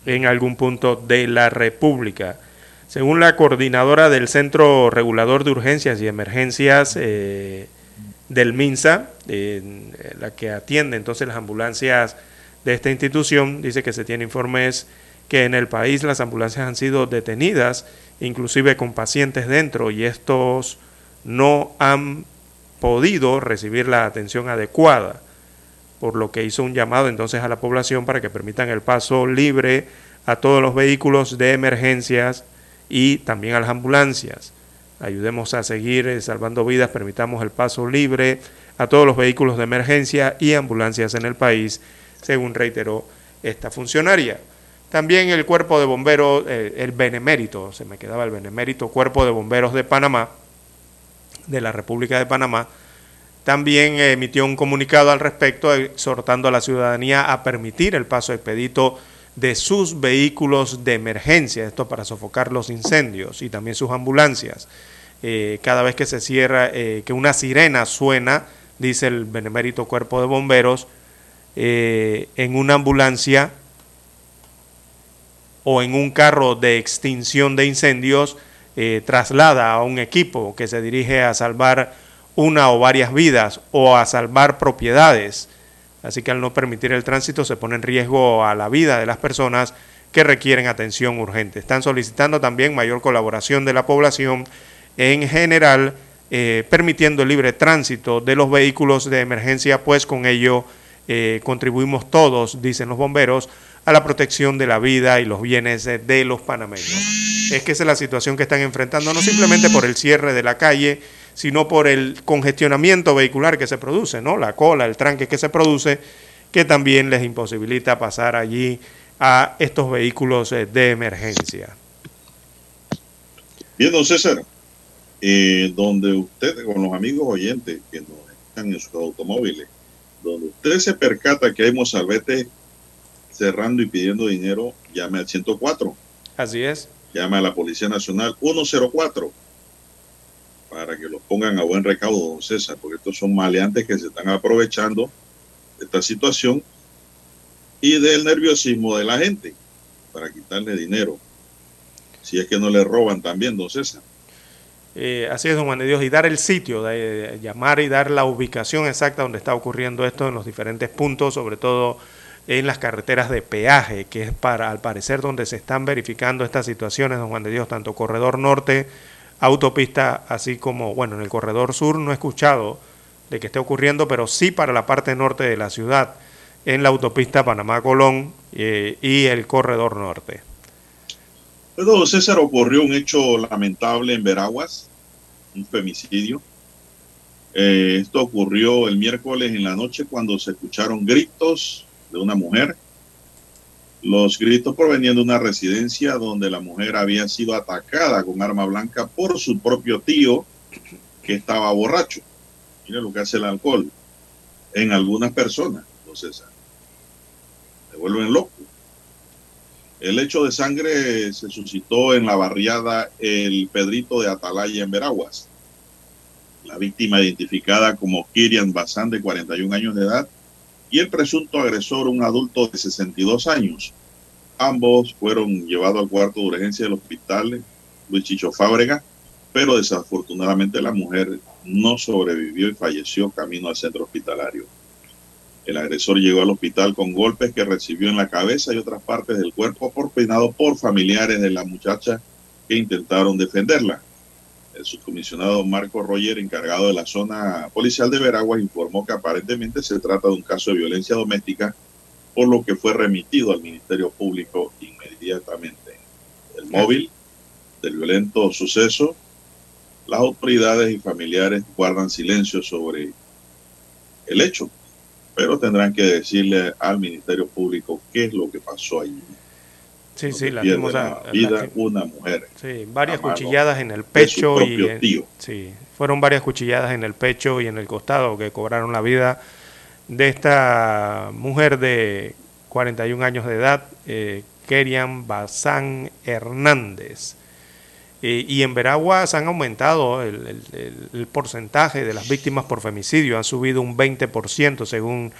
en algún punto de la República. Según la coordinadora del Centro Regulador de Urgencias y Emergencias del MINSA, la que atiende entonces las ambulancias de esta institución, dice que se tiene informes que en el país las ambulancias han sido detenidas, inclusive con pacientes dentro, y estos no han podido recibir la atención adecuada, por lo que hizo un llamado entonces a la población para que permitan el paso libre a todos los vehículos de emergencias y también a las ambulancias. Ayudemos a seguir salvando vidas, permitamos el paso libre a todos los vehículos de emergencia y ambulancias en el país, según reiteró esta funcionaria. También el Cuerpo de Bomberos, el Benemérito, se me quedaba el Benemérito Cuerpo de Bomberos de Panamá, de la República de Panamá, también emitió un comunicado al respecto, exhortando a la ciudadanía a permitir el paso expedito de sus vehículos de emergencia, esto para sofocar los incendios, y también sus ambulancias. Cada vez que se cierra, que una sirena suena, dice el Benemérito Cuerpo de Bomberos, en una ambulancia o en un carro de extinción de incendios, traslada a un equipo que se dirige a salvar una o varias vidas o a salvar propiedades. Así que al no permitir el tránsito se pone en riesgo a la vida de las personas que requieren atención urgente. Están solicitando también mayor colaboración de la población en general, permitiendo el libre tránsito de los vehículos de emergencia, pues con ello contribuimos todos, dicen los bomberos, a la protección de la vida y los bienes de los panameños. Es que esa es la situación que están enfrentando, no simplemente por el cierre de la calle, sino por el congestionamiento vehicular que se produce, ¿no? La cola, el tranque que se produce, que también les imposibilita pasar allí a estos vehículos de emergencia. Bien, don César, donde usted, con los amigos oyentes que nos están en sus automóviles, donde usted se percata que hay mozalbetes cerrando y pidiendo dinero, llame al 104. Así es. Llame a la Policía Nacional 104 para que los pongan a buen recaudo, don César, porque estos son maleantes que se están aprovechando de esta situación y del nerviosismo de la gente para quitarle dinero, si es que no le roban también, don César. Así es, don Juan de Dios, y dar el sitio, de llamar y dar la ubicación exacta donde está ocurriendo esto en los diferentes puntos, sobre todo en las carreteras de peaje, que es al parecer donde se están verificando estas situaciones, don Juan de Dios, tanto corredor norte, autopista, así como, bueno, en el corredor sur no he escuchado de que esté ocurriendo, pero sí para la parte norte de la ciudad, en la autopista Panamá-Colón y el corredor norte. Don César, ocurrió un hecho lamentable en Veraguas, un femicidio. Esto ocurrió el miércoles en la noche cuando se escucharon gritos de una mujer. Los gritos provenían de una residencia donde la mujer había sido atacada con arma blanca por su propio tío, que estaba borracho. Mire lo que hace el alcohol en algunas personas, don César. Se vuelven locos. El hecho de sangre se suscitó en la barriada El Pedrito de Atalaya, en Veraguas. La víctima, identificada como Kirian Bazán, de 41 años de edad, y el presunto agresor, un adulto de 62 años. Ambos fueron llevados al cuarto de urgencia del hospital Luis Chicho Fábrega, pero desafortunadamente la mujer no sobrevivió y falleció camino al centro hospitalario. El agresor llegó al hospital con golpes que recibió en la cabeza y otras partes del cuerpo, propinado por familiares de la muchacha que intentaron defenderla. El subcomisionado Marco Roger, encargado de la zona policial de Veraguas, informó que aparentemente se trata de un caso de violencia doméstica, por lo que fue remitido al Ministerio Público inmediatamente. El móvil del violento suceso, las autoridades y familiares guardan silencio sobre el hecho, pero tendrán que decirle al Ministerio Público qué es lo que pasó allí. Sí, sí, la vida una mujer. Sí, varias cuchilladas en el pecho sí, fueron varias cuchilladas en el pecho y en el costado que cobraron la vida de esta mujer de 41 años de edad, Kirian Bazán Hernández. Y en Veraguas han aumentado el porcentaje de las víctimas por femicidio, han subido un 20% según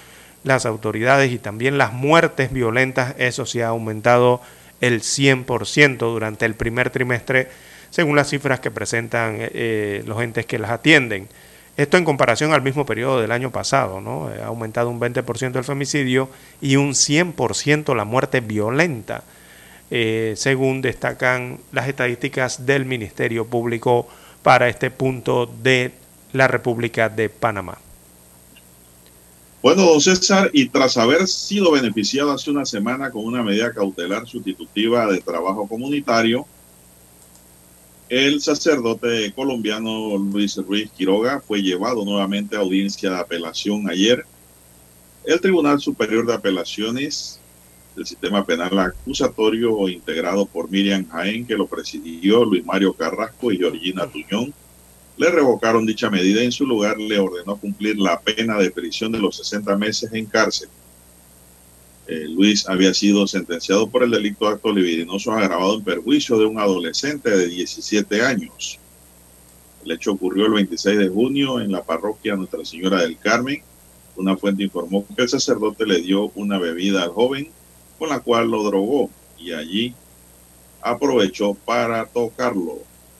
las autoridades, y también las muertes violentas, eso sí ha aumentado el 100% durante el primer trimestre, según las cifras que presentan los entes que las atienden. Esto en comparación al mismo periodo del año pasado, ¿no? Ha aumentado un 20% el femicidio y un 100% la muerte violenta, según destacan las estadísticas del Ministerio Público para este punto de la República de Panamá. Bueno, don César, y tras haber sido beneficiado hace una semana con una medida cautelar sustitutiva de trabajo comunitario, el sacerdote colombiano Luis Ruiz Quiroga fue llevado nuevamente a audiencia de apelación ayer. El Tribunal Superior de Apelaciones del Sistema Penal Acusatorio, integrado por Miriam Jaén, que lo presidió, Luis Mario Carrasco y Georgina Tuñón, le revocaron dicha medida y en su lugar le ordenó cumplir la pena de prisión de los 60 meses en cárcel. Luis había sido sentenciado por el delito de acto libidinoso agravado en perjuicio de un adolescente de 17 años. El hecho ocurrió el 26 de junio en la parroquia Nuestra Señora del Carmen. Una fuente informó que el sacerdote le dio una bebida al joven con la cual lo drogó y allí aprovechó para tocarlo.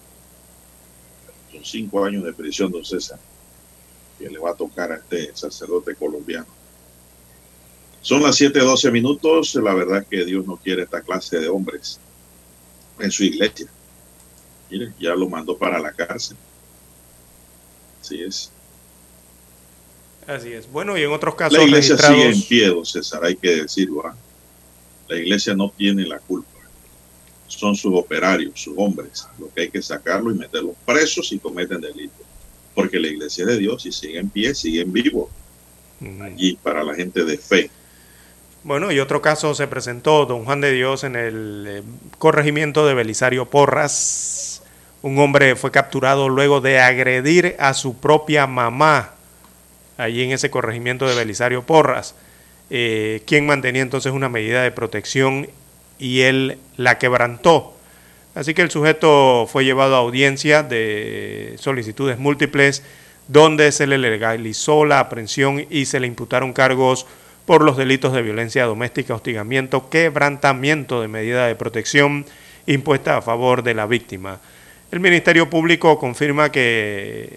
Son 5 años de prisión, don César, que le va a tocar a este sacerdote colombiano. Son las 7:12 minutos. La verdad que Dios no quiere esta clase de hombres en su iglesia. Mire, ya lo mandó para la cárcel. Así es. Así es. Bueno, y en otros casos la iglesia sigue en pie, don César, hay que decirlo. La iglesia no tiene la culpa. Son sus operarios, sus hombres. Lo que hay que sacarlo y meterlos presos si cometen delitos. Porque la iglesia es de Dios y sigue en pie, sigue en vivo. Allí para la gente de fe. Bueno, y otro caso se presentó, don Juan de Dios, en el corregimiento de Belisario Porras. Un hombre fue capturado luego de agredir a su propia mamá, allí en ese corregimiento de Belisario Porras, quien mantenía entonces una medida de protección y él la quebrantó. Así que el sujeto fue llevado a audiencia de solicitudes múltiples, donde se le legalizó la aprehensión y se le imputaron cargos por los delitos de violencia doméstica, hostigamiento, quebrantamiento de medida de protección impuesta a favor de la víctima. El Ministerio Público confirma que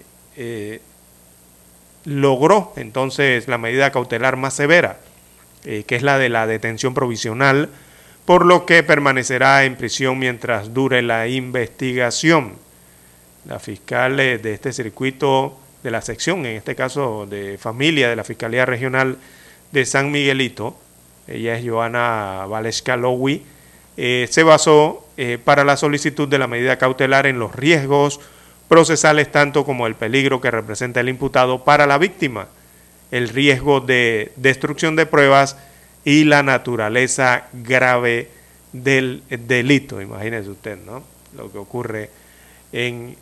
logró entonces la medida cautelar más severa, que es la de la detención provisional, por lo que permanecerá en prisión mientras dure la investigación. La fiscal de este circuito, de la sección, en este caso de familia de la Fiscalía Regional de San Miguelito, ella es Joana Valesca Lowy, se basó para la solicitud de la medida cautelar en los riesgos procesales tanto como el peligro que representa el imputado para la víctima, el riesgo de destrucción de pruebas y la naturaleza grave del delito. Imagínese usted, ¿no?, lo que ocurre en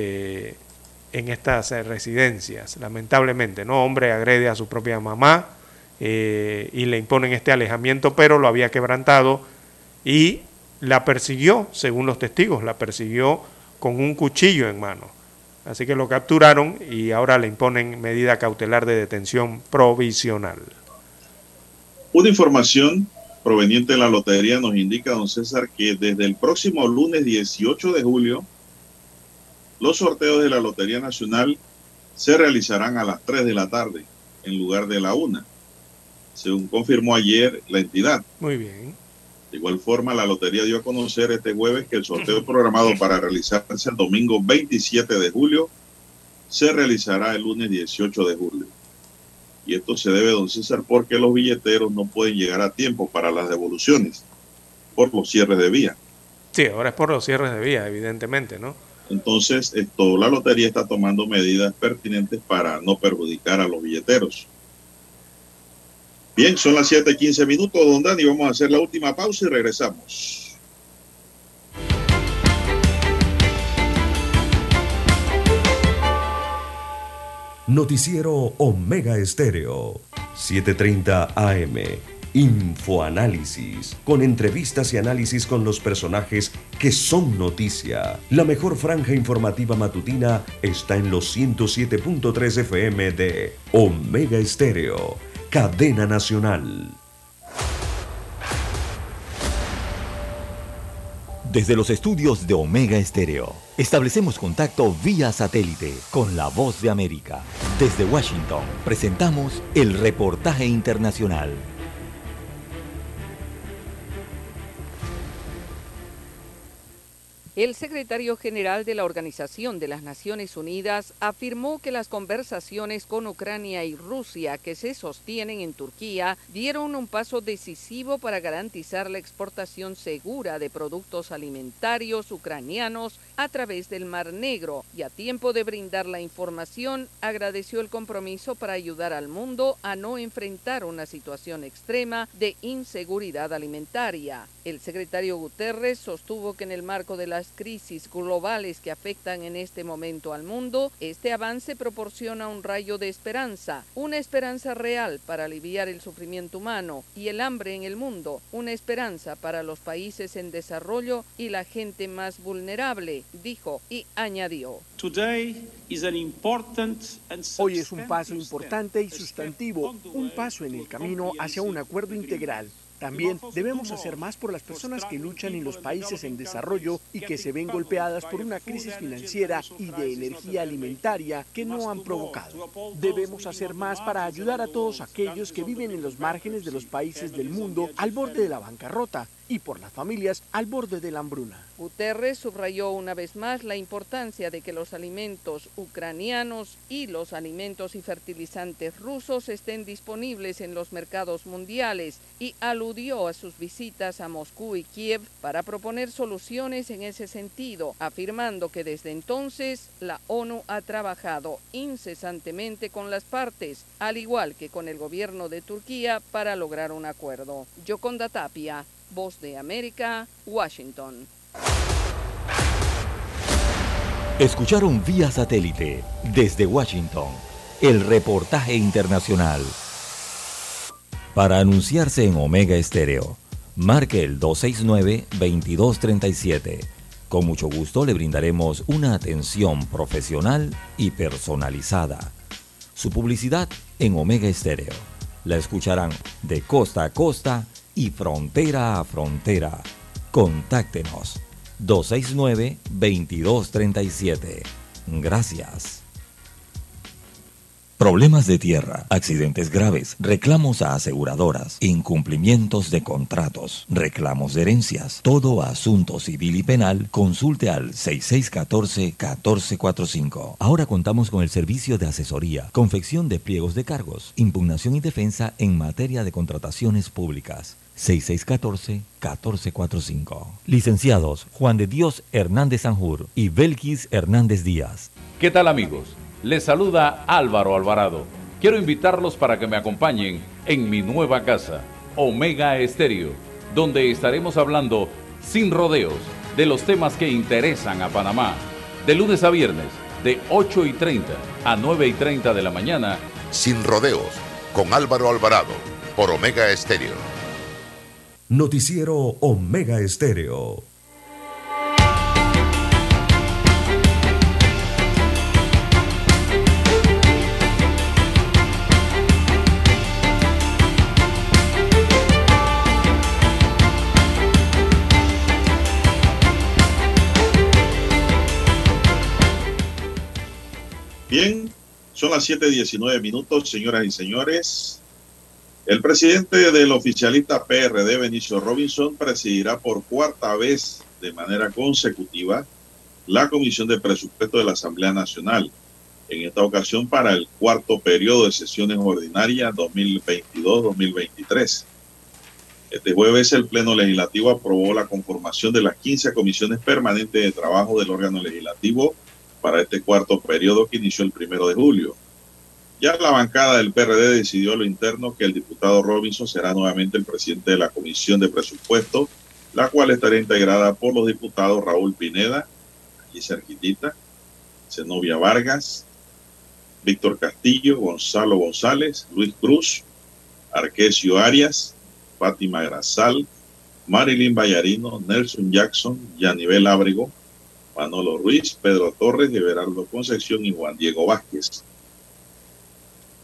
estas residencias, lamentablemente, ¿no? Hombre agrede a su propia mamá y le imponen este alejamiento, pero lo había quebrantado y la persiguió, según los testigos, la persiguió con un cuchillo en mano. Así que lo capturaron y ahora le imponen medida cautelar de detención provisional. Una información proveniente de la lotería nos indica, don César, que desde el próximo lunes 18 de julio, los sorteos de la Lotería Nacional se realizarán a las 3 de la tarde, en lugar de la 1, según confirmó ayer la entidad. Muy bien. De igual forma, la lotería dio a conocer este jueves que el sorteo programado para realizarse el domingo 27 de julio se realizará el lunes 18 de julio. Y esto se debe, don César, porque los billeteros no pueden llegar a tiempo para las devoluciones por los cierres de vía. Sí, ahora es por los cierres de vía, evidentemente, ¿no? Entonces, la lotería está tomando medidas pertinentes para no perjudicar a los billeteros. Bien, son las 7:15 minutos, don Dani. Vamos a hacer la última pausa y regresamos. Noticiero Omega Estéreo, 7:30 AM. Infoanálisis, con entrevistas y análisis con los personajes que son noticia. La mejor franja informativa matutina está en los 107.3 FM de Omega Estéreo, Cadena Nacional. Desde los estudios de Omega Estéreo, establecemos contacto vía satélite con la Voz de América. Desde Washington, presentamos el reportaje internacional. El secretario general de la Organización de las Naciones Unidas afirmó que las conversaciones con Ucrania y Rusia que se sostienen en Turquía dieron un paso decisivo para garantizar la exportación segura de productos alimentarios ucranianos a través del Mar Negro, y a tiempo de brindar la información agradeció el compromiso para ayudar al mundo a no enfrentar una situación extrema de inseguridad alimentaria. El secretario Guterres sostuvo que en el marco de las crisis globales que afectan en este momento al mundo, este avance proporciona un rayo de esperanza, una esperanza real para aliviar el sufrimiento humano y el hambre en el mundo, una esperanza para los países en desarrollo y la gente más vulnerable, dijo y añadió. Hoy es un paso importante y sustantivo, un paso en el camino hacia un acuerdo integral. También debemos hacer más por las personas que luchan en los países en desarrollo y que se ven golpeadas por una crisis financiera y de energía alimentaria que no han provocado. Debemos hacer más para ayudar a todos aquellos que viven en los márgenes de los países del mundo al borde de la bancarrota y por las familias al borde de la hambruna. Guterres subrayó una vez más la importancia de que los alimentos ucranianos y los alimentos y fertilizantes rusos estén disponibles en los mercados mundiales y aludió a sus visitas a Moscú y Kiev para proponer soluciones en ese sentido, afirmando que desde entonces la ONU ha trabajado incesantemente con las partes, al igual que con el gobierno de Turquía, para lograr un acuerdo. Yoconda Tapia, Voz de América, Washington. Escucharon vía satélite desde Washington el reportaje internacional. Para anunciarse en Omega Estéreo, marque el 269-2237. Con mucho gusto le brindaremos una atención profesional y personalizada. Su publicidad en Omega Estéreo. La escucharán de costa a costa y frontera a frontera. Contáctenos 269-2237. Gracias. Problemas de tierra, accidentes graves, reclamos a aseguradoras, incumplimientos de contratos, reclamos de herencias, todo asunto civil y penal, consulte al 6614-1445. Ahora contamos con el servicio de asesoría, confección de pliegos de cargos, impugnación y defensa en materia de contrataciones públicas. 6614-1445. Licenciados Juan de Dios Hernández Sanjur y Belkis Hernández Díaz. ¿Qué tal, amigos? Les saluda Álvaro Alvarado. Quiero invitarlos para que me acompañen en mi nueva casa, Omega Estéreo, donde estaremos hablando sin rodeos de los temas que interesan a Panamá. De lunes a viernes, de 8:30 a 9:30 de la mañana. Sin rodeos, con Álvaro Alvarado, por Omega Estéreo. Noticiero Omega Estéreo. Bien, son las 7:19, señoras y señores. El presidente del oficialista PRD, Benicio Robinson, presidirá por cuarta vez de manera consecutiva la Comisión de Presupuesto de la Asamblea Nacional, en esta ocasión para el cuarto periodo de sesiones ordinarias 2022-2023. Este jueves el Pleno Legislativo aprobó la conformación de las 15 comisiones permanentes de trabajo del órgano legislativo para este cuarto periodo que inició el 1 de julio. Ya la bancada del PRD decidió a lo interno que el diputado Robinson será nuevamente el presidente de la Comisión de Presupuesto, la cual estará integrada por los diputados Raúl Pineda, aquí cerquitita, Zenobia Vargas, Víctor Castillo, Gonzalo González, Luis Cruz, Arquesio Arias, Fátima Grasal, Marilyn Vallarino, Nelson Jackson, Yanivel Ábrego, Manolo Ruiz, Pedro Torres, Everardo Concepción y Juan Diego Vázquez.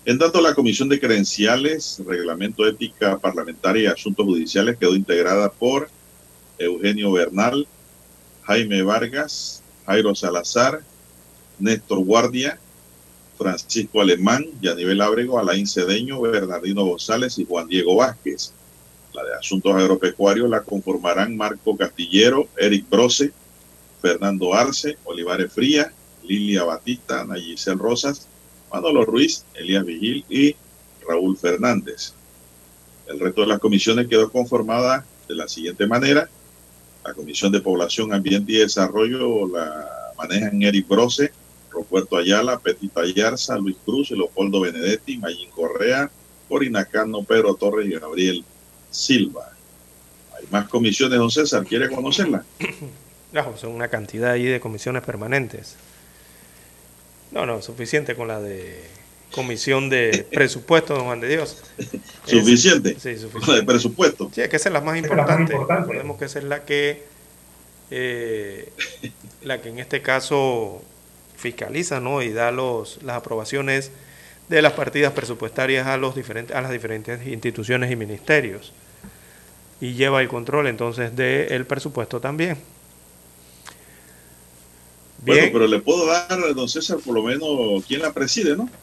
En tanto, la Comisión de Credenciales, Reglamento, Ética Parlamentaria y Asuntos Judiciales quedó integrada por Eugenio Bernal, Jaime Vargas, Jairo Salazar, Néstor Guardia, Francisco Alemán, Yanivel Ábrego, Alain Cedeño, Bernardino González y Juan Diego Vázquez. La de Asuntos Agropecuarios la conformarán Marco Castillero, Eric Brose, Fernando Arce, Olivares Frías, Lilia Batista, Nayicel Rosas, Manolo Ruiz, Elías Vigil y Raúl Fernández. El resto de las comisiones quedó conformada de la siguiente manera. La Comisión de Población, Ambiente y Desarrollo la manejan Eric Brose, Roberto Ayala, Petita Yarza, Luis Cruz, Leopoldo Benedetti, Mayín Correa, Corina Cano, Pedro Torres y Gabriel Silva. Hay más comisiones, don César, ¿quiere conocerlas? No, son una cantidad ahí de comisiones permanentes. No, suficiente con la de comisión de presupuesto, don Juan de Dios. ¿Suficiente? Sí, suficiente. ¿La de presupuesto? Sí, es que esa es la más importante. Recordemos que esa es la que en este caso fiscaliza, ¿no? Y da las aprobaciones de las partidas presupuestarias a las diferentes instituciones y ministerios. Y lleva el control entonces del presupuesto también. Bien. Bueno, pero le puedo dar, don César, por lo menos quién la preside, ¿no?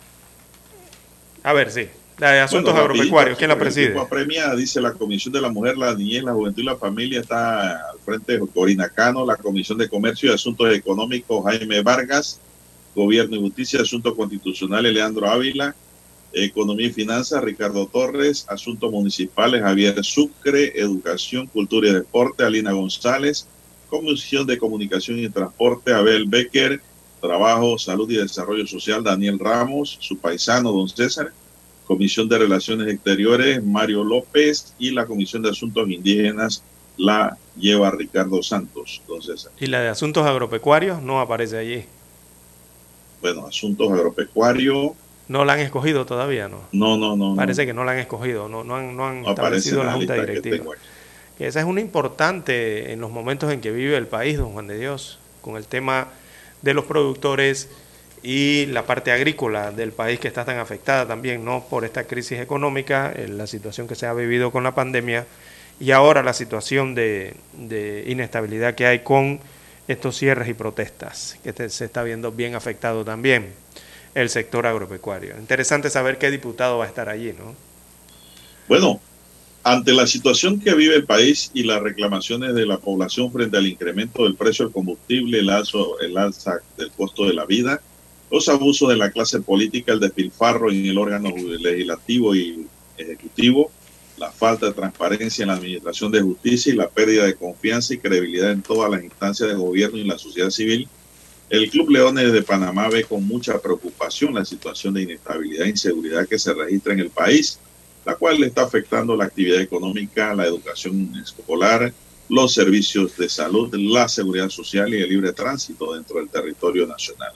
A ver, sí. La de Asuntos Agropecuarios, ¿quién la preside? Premia, dice la Comisión de la Mujer, la Niñez, la Juventud y la Familia, está al frente de Corina Cano, la Comisión de Comercio y Asuntos Económicos, Jaime Vargas, Gobierno y Justicia, Asuntos Constitucionales, Leandro Ávila, Economía y Finanzas, Ricardo Torres, Asuntos Municipales, Javier Sucre, Educación, Cultura y Deporte, Alina González, Comisión de Comunicación y Transporte, Abel Becker, Trabajo, Salud y Desarrollo Social, Daniel Ramos, su paisano, don César, Comisión de Relaciones Exteriores, Mario López, y la Comisión de Asuntos Indígenas la lleva Ricardo Santos, don César. ¿Y la de Asuntos Agropecuarios no aparece allí? Bueno, Asuntos Agropecuarios. No la han escogido todavía, ¿no? No. Parece que no la han escogido, no han establecido la Junta Directiva. Que esa es una importante en los momentos en que vive el país, don Juan de Dios, con el tema de los productores y la parte agrícola del país que está tan afectada también, ¿no? Por esta crisis económica, la situación que se ha vivido con la pandemia y ahora la situación de inestabilidad que hay con estos cierres y protestas, que se está viendo bien afectado también el sector agropecuario. Interesante saber qué diputado va a estar allí, ¿no? Bueno, ante la situación que vive el país y las reclamaciones de la población frente al incremento del precio del combustible, el alza del costo de la vida, los abusos de la clase política, el despilfarro en el órgano legislativo y ejecutivo, la falta de transparencia en la administración de justicia y la pérdida de confianza y credibilidad en todas las instancias de gobierno y la sociedad civil, el Club Leones de Panamá ve con mucha preocupación la situación de inestabilidad e inseguridad que se registra en el país, la cual le está afectando la actividad económica, la educación escolar, los servicios de salud, la seguridad social y el libre tránsito dentro del territorio nacional.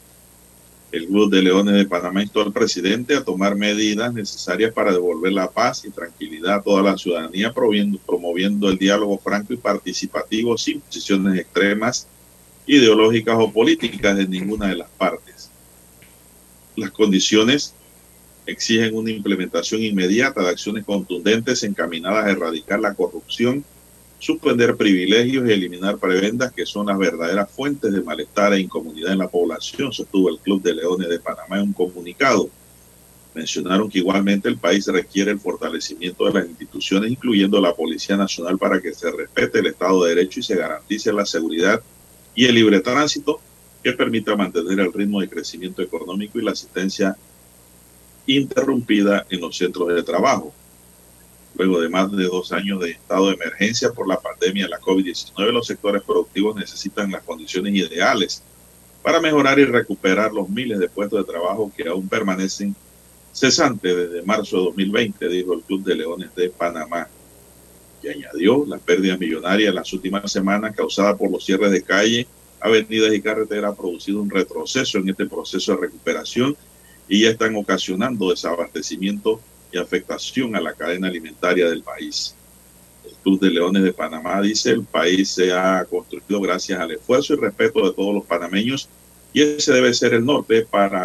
El Club de Leones de Panamá instó al presidente a tomar medidas necesarias para devolver la paz y tranquilidad a toda la ciudadanía, promoviendo el diálogo franco y participativo sin posiciones extremas, ideológicas o políticas de ninguna de las partes. Las condiciones exigen una implementación inmediata de acciones contundentes encaminadas a erradicar la corrupción, suspender privilegios y eliminar prebendas que son las verdaderas fuentes de malestar e incomodidad en la población, sostuvo el Club de Leones de Panamá en un comunicado. Mencionaron que igualmente el país requiere el fortalecimiento de las instituciones, incluyendo la Policía Nacional, para que se respete el Estado de Derecho y se garantice la seguridad y el libre tránsito que permita mantener el ritmo de crecimiento económico y la asistencia interrumpida en los centros de trabajo. Luego de más de 2 años de estado de emergencia por la pandemia de la COVID-19, los sectores productivos necesitan las condiciones ideales para mejorar y recuperar los miles de puestos de trabajo que aún permanecen cesantes desde marzo de 2020, dijo el Club de Leones de Panamá, que añadió la pérdida millonaria en las últimas semanas causada por los cierres de calle, avenidas y carreteras ha producido un retroceso en este proceso de recuperación y ya están ocasionando desabastecimiento y afectación a la cadena alimentaria del país. El Club de Leones de Panamá dice: el país se ha construido gracias al esfuerzo y respeto de todos los panameños y ese debe ser el norte para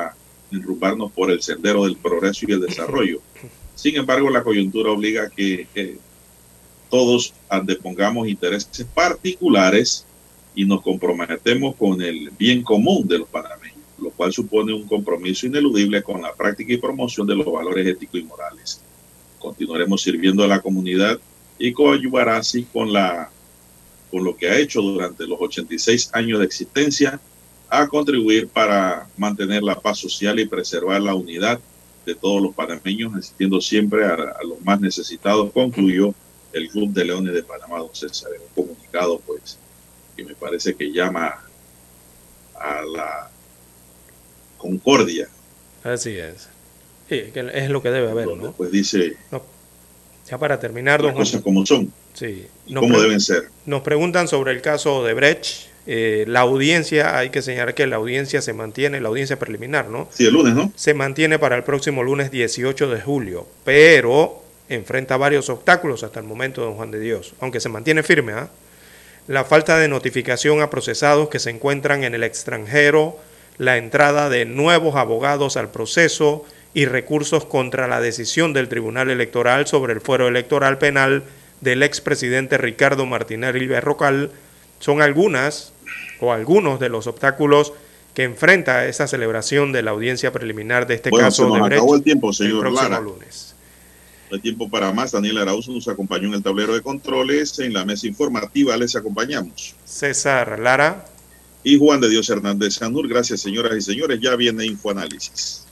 enrumbarnos por el sendero del progreso y el desarrollo. Sin embargo, la coyuntura obliga a que todos antepongamos intereses particulares y nos comprometemos con el bien común de los panameños, lo cual supone un compromiso ineludible con la práctica y promoción de los valores éticos y morales. Continuaremos sirviendo a la comunidad y coadyuvará así con lo que ha hecho durante los 86 años de existencia a contribuir para mantener la paz social y preservar la unidad de todos los panameños, asistiendo siempre a los más necesitados, concluyó el Club de Leones de Panamá, don César, en un comunicado pues que me parece que llama a la concordia. Así es. Sí, que es lo que debe haber, ¿no? Pues dice, ya para terminar, las cosas como son, sí, como deben ser. Nos preguntan sobre el caso de Brecht. La audiencia, hay que señalar que la audiencia se mantiene, la audiencia preliminar, ¿no? Sí, el lunes, ¿no? Se mantiene para el próximo lunes 18 de julio, pero enfrenta varios obstáculos hasta el momento, don Juan de Dios, aunque se mantiene firme, ¿ah? La falta de notificación a procesados que se encuentran en el extranjero, la entrada de nuevos abogados al proceso y recursos contra la decisión del Tribunal Electoral sobre el fuero electoral penal del expresidente Ricardo Martinelli Berrocal son algunos de los obstáculos que enfrenta esa celebración de la audiencia preliminar de este caso de Brecht. Acabó el tiempo, señor próximo Lara. Lunes. No hay tiempo para más. Daniel Araújo nos acompañó en el tablero de controles. En la mesa informativa les acompañamos César Lara y Juan de Dios Hernández Sanur. Gracias, señoras y señores. Ya viene Infoanálisis.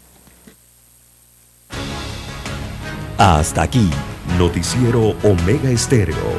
Hasta aquí, Noticiero Omega Estéreo.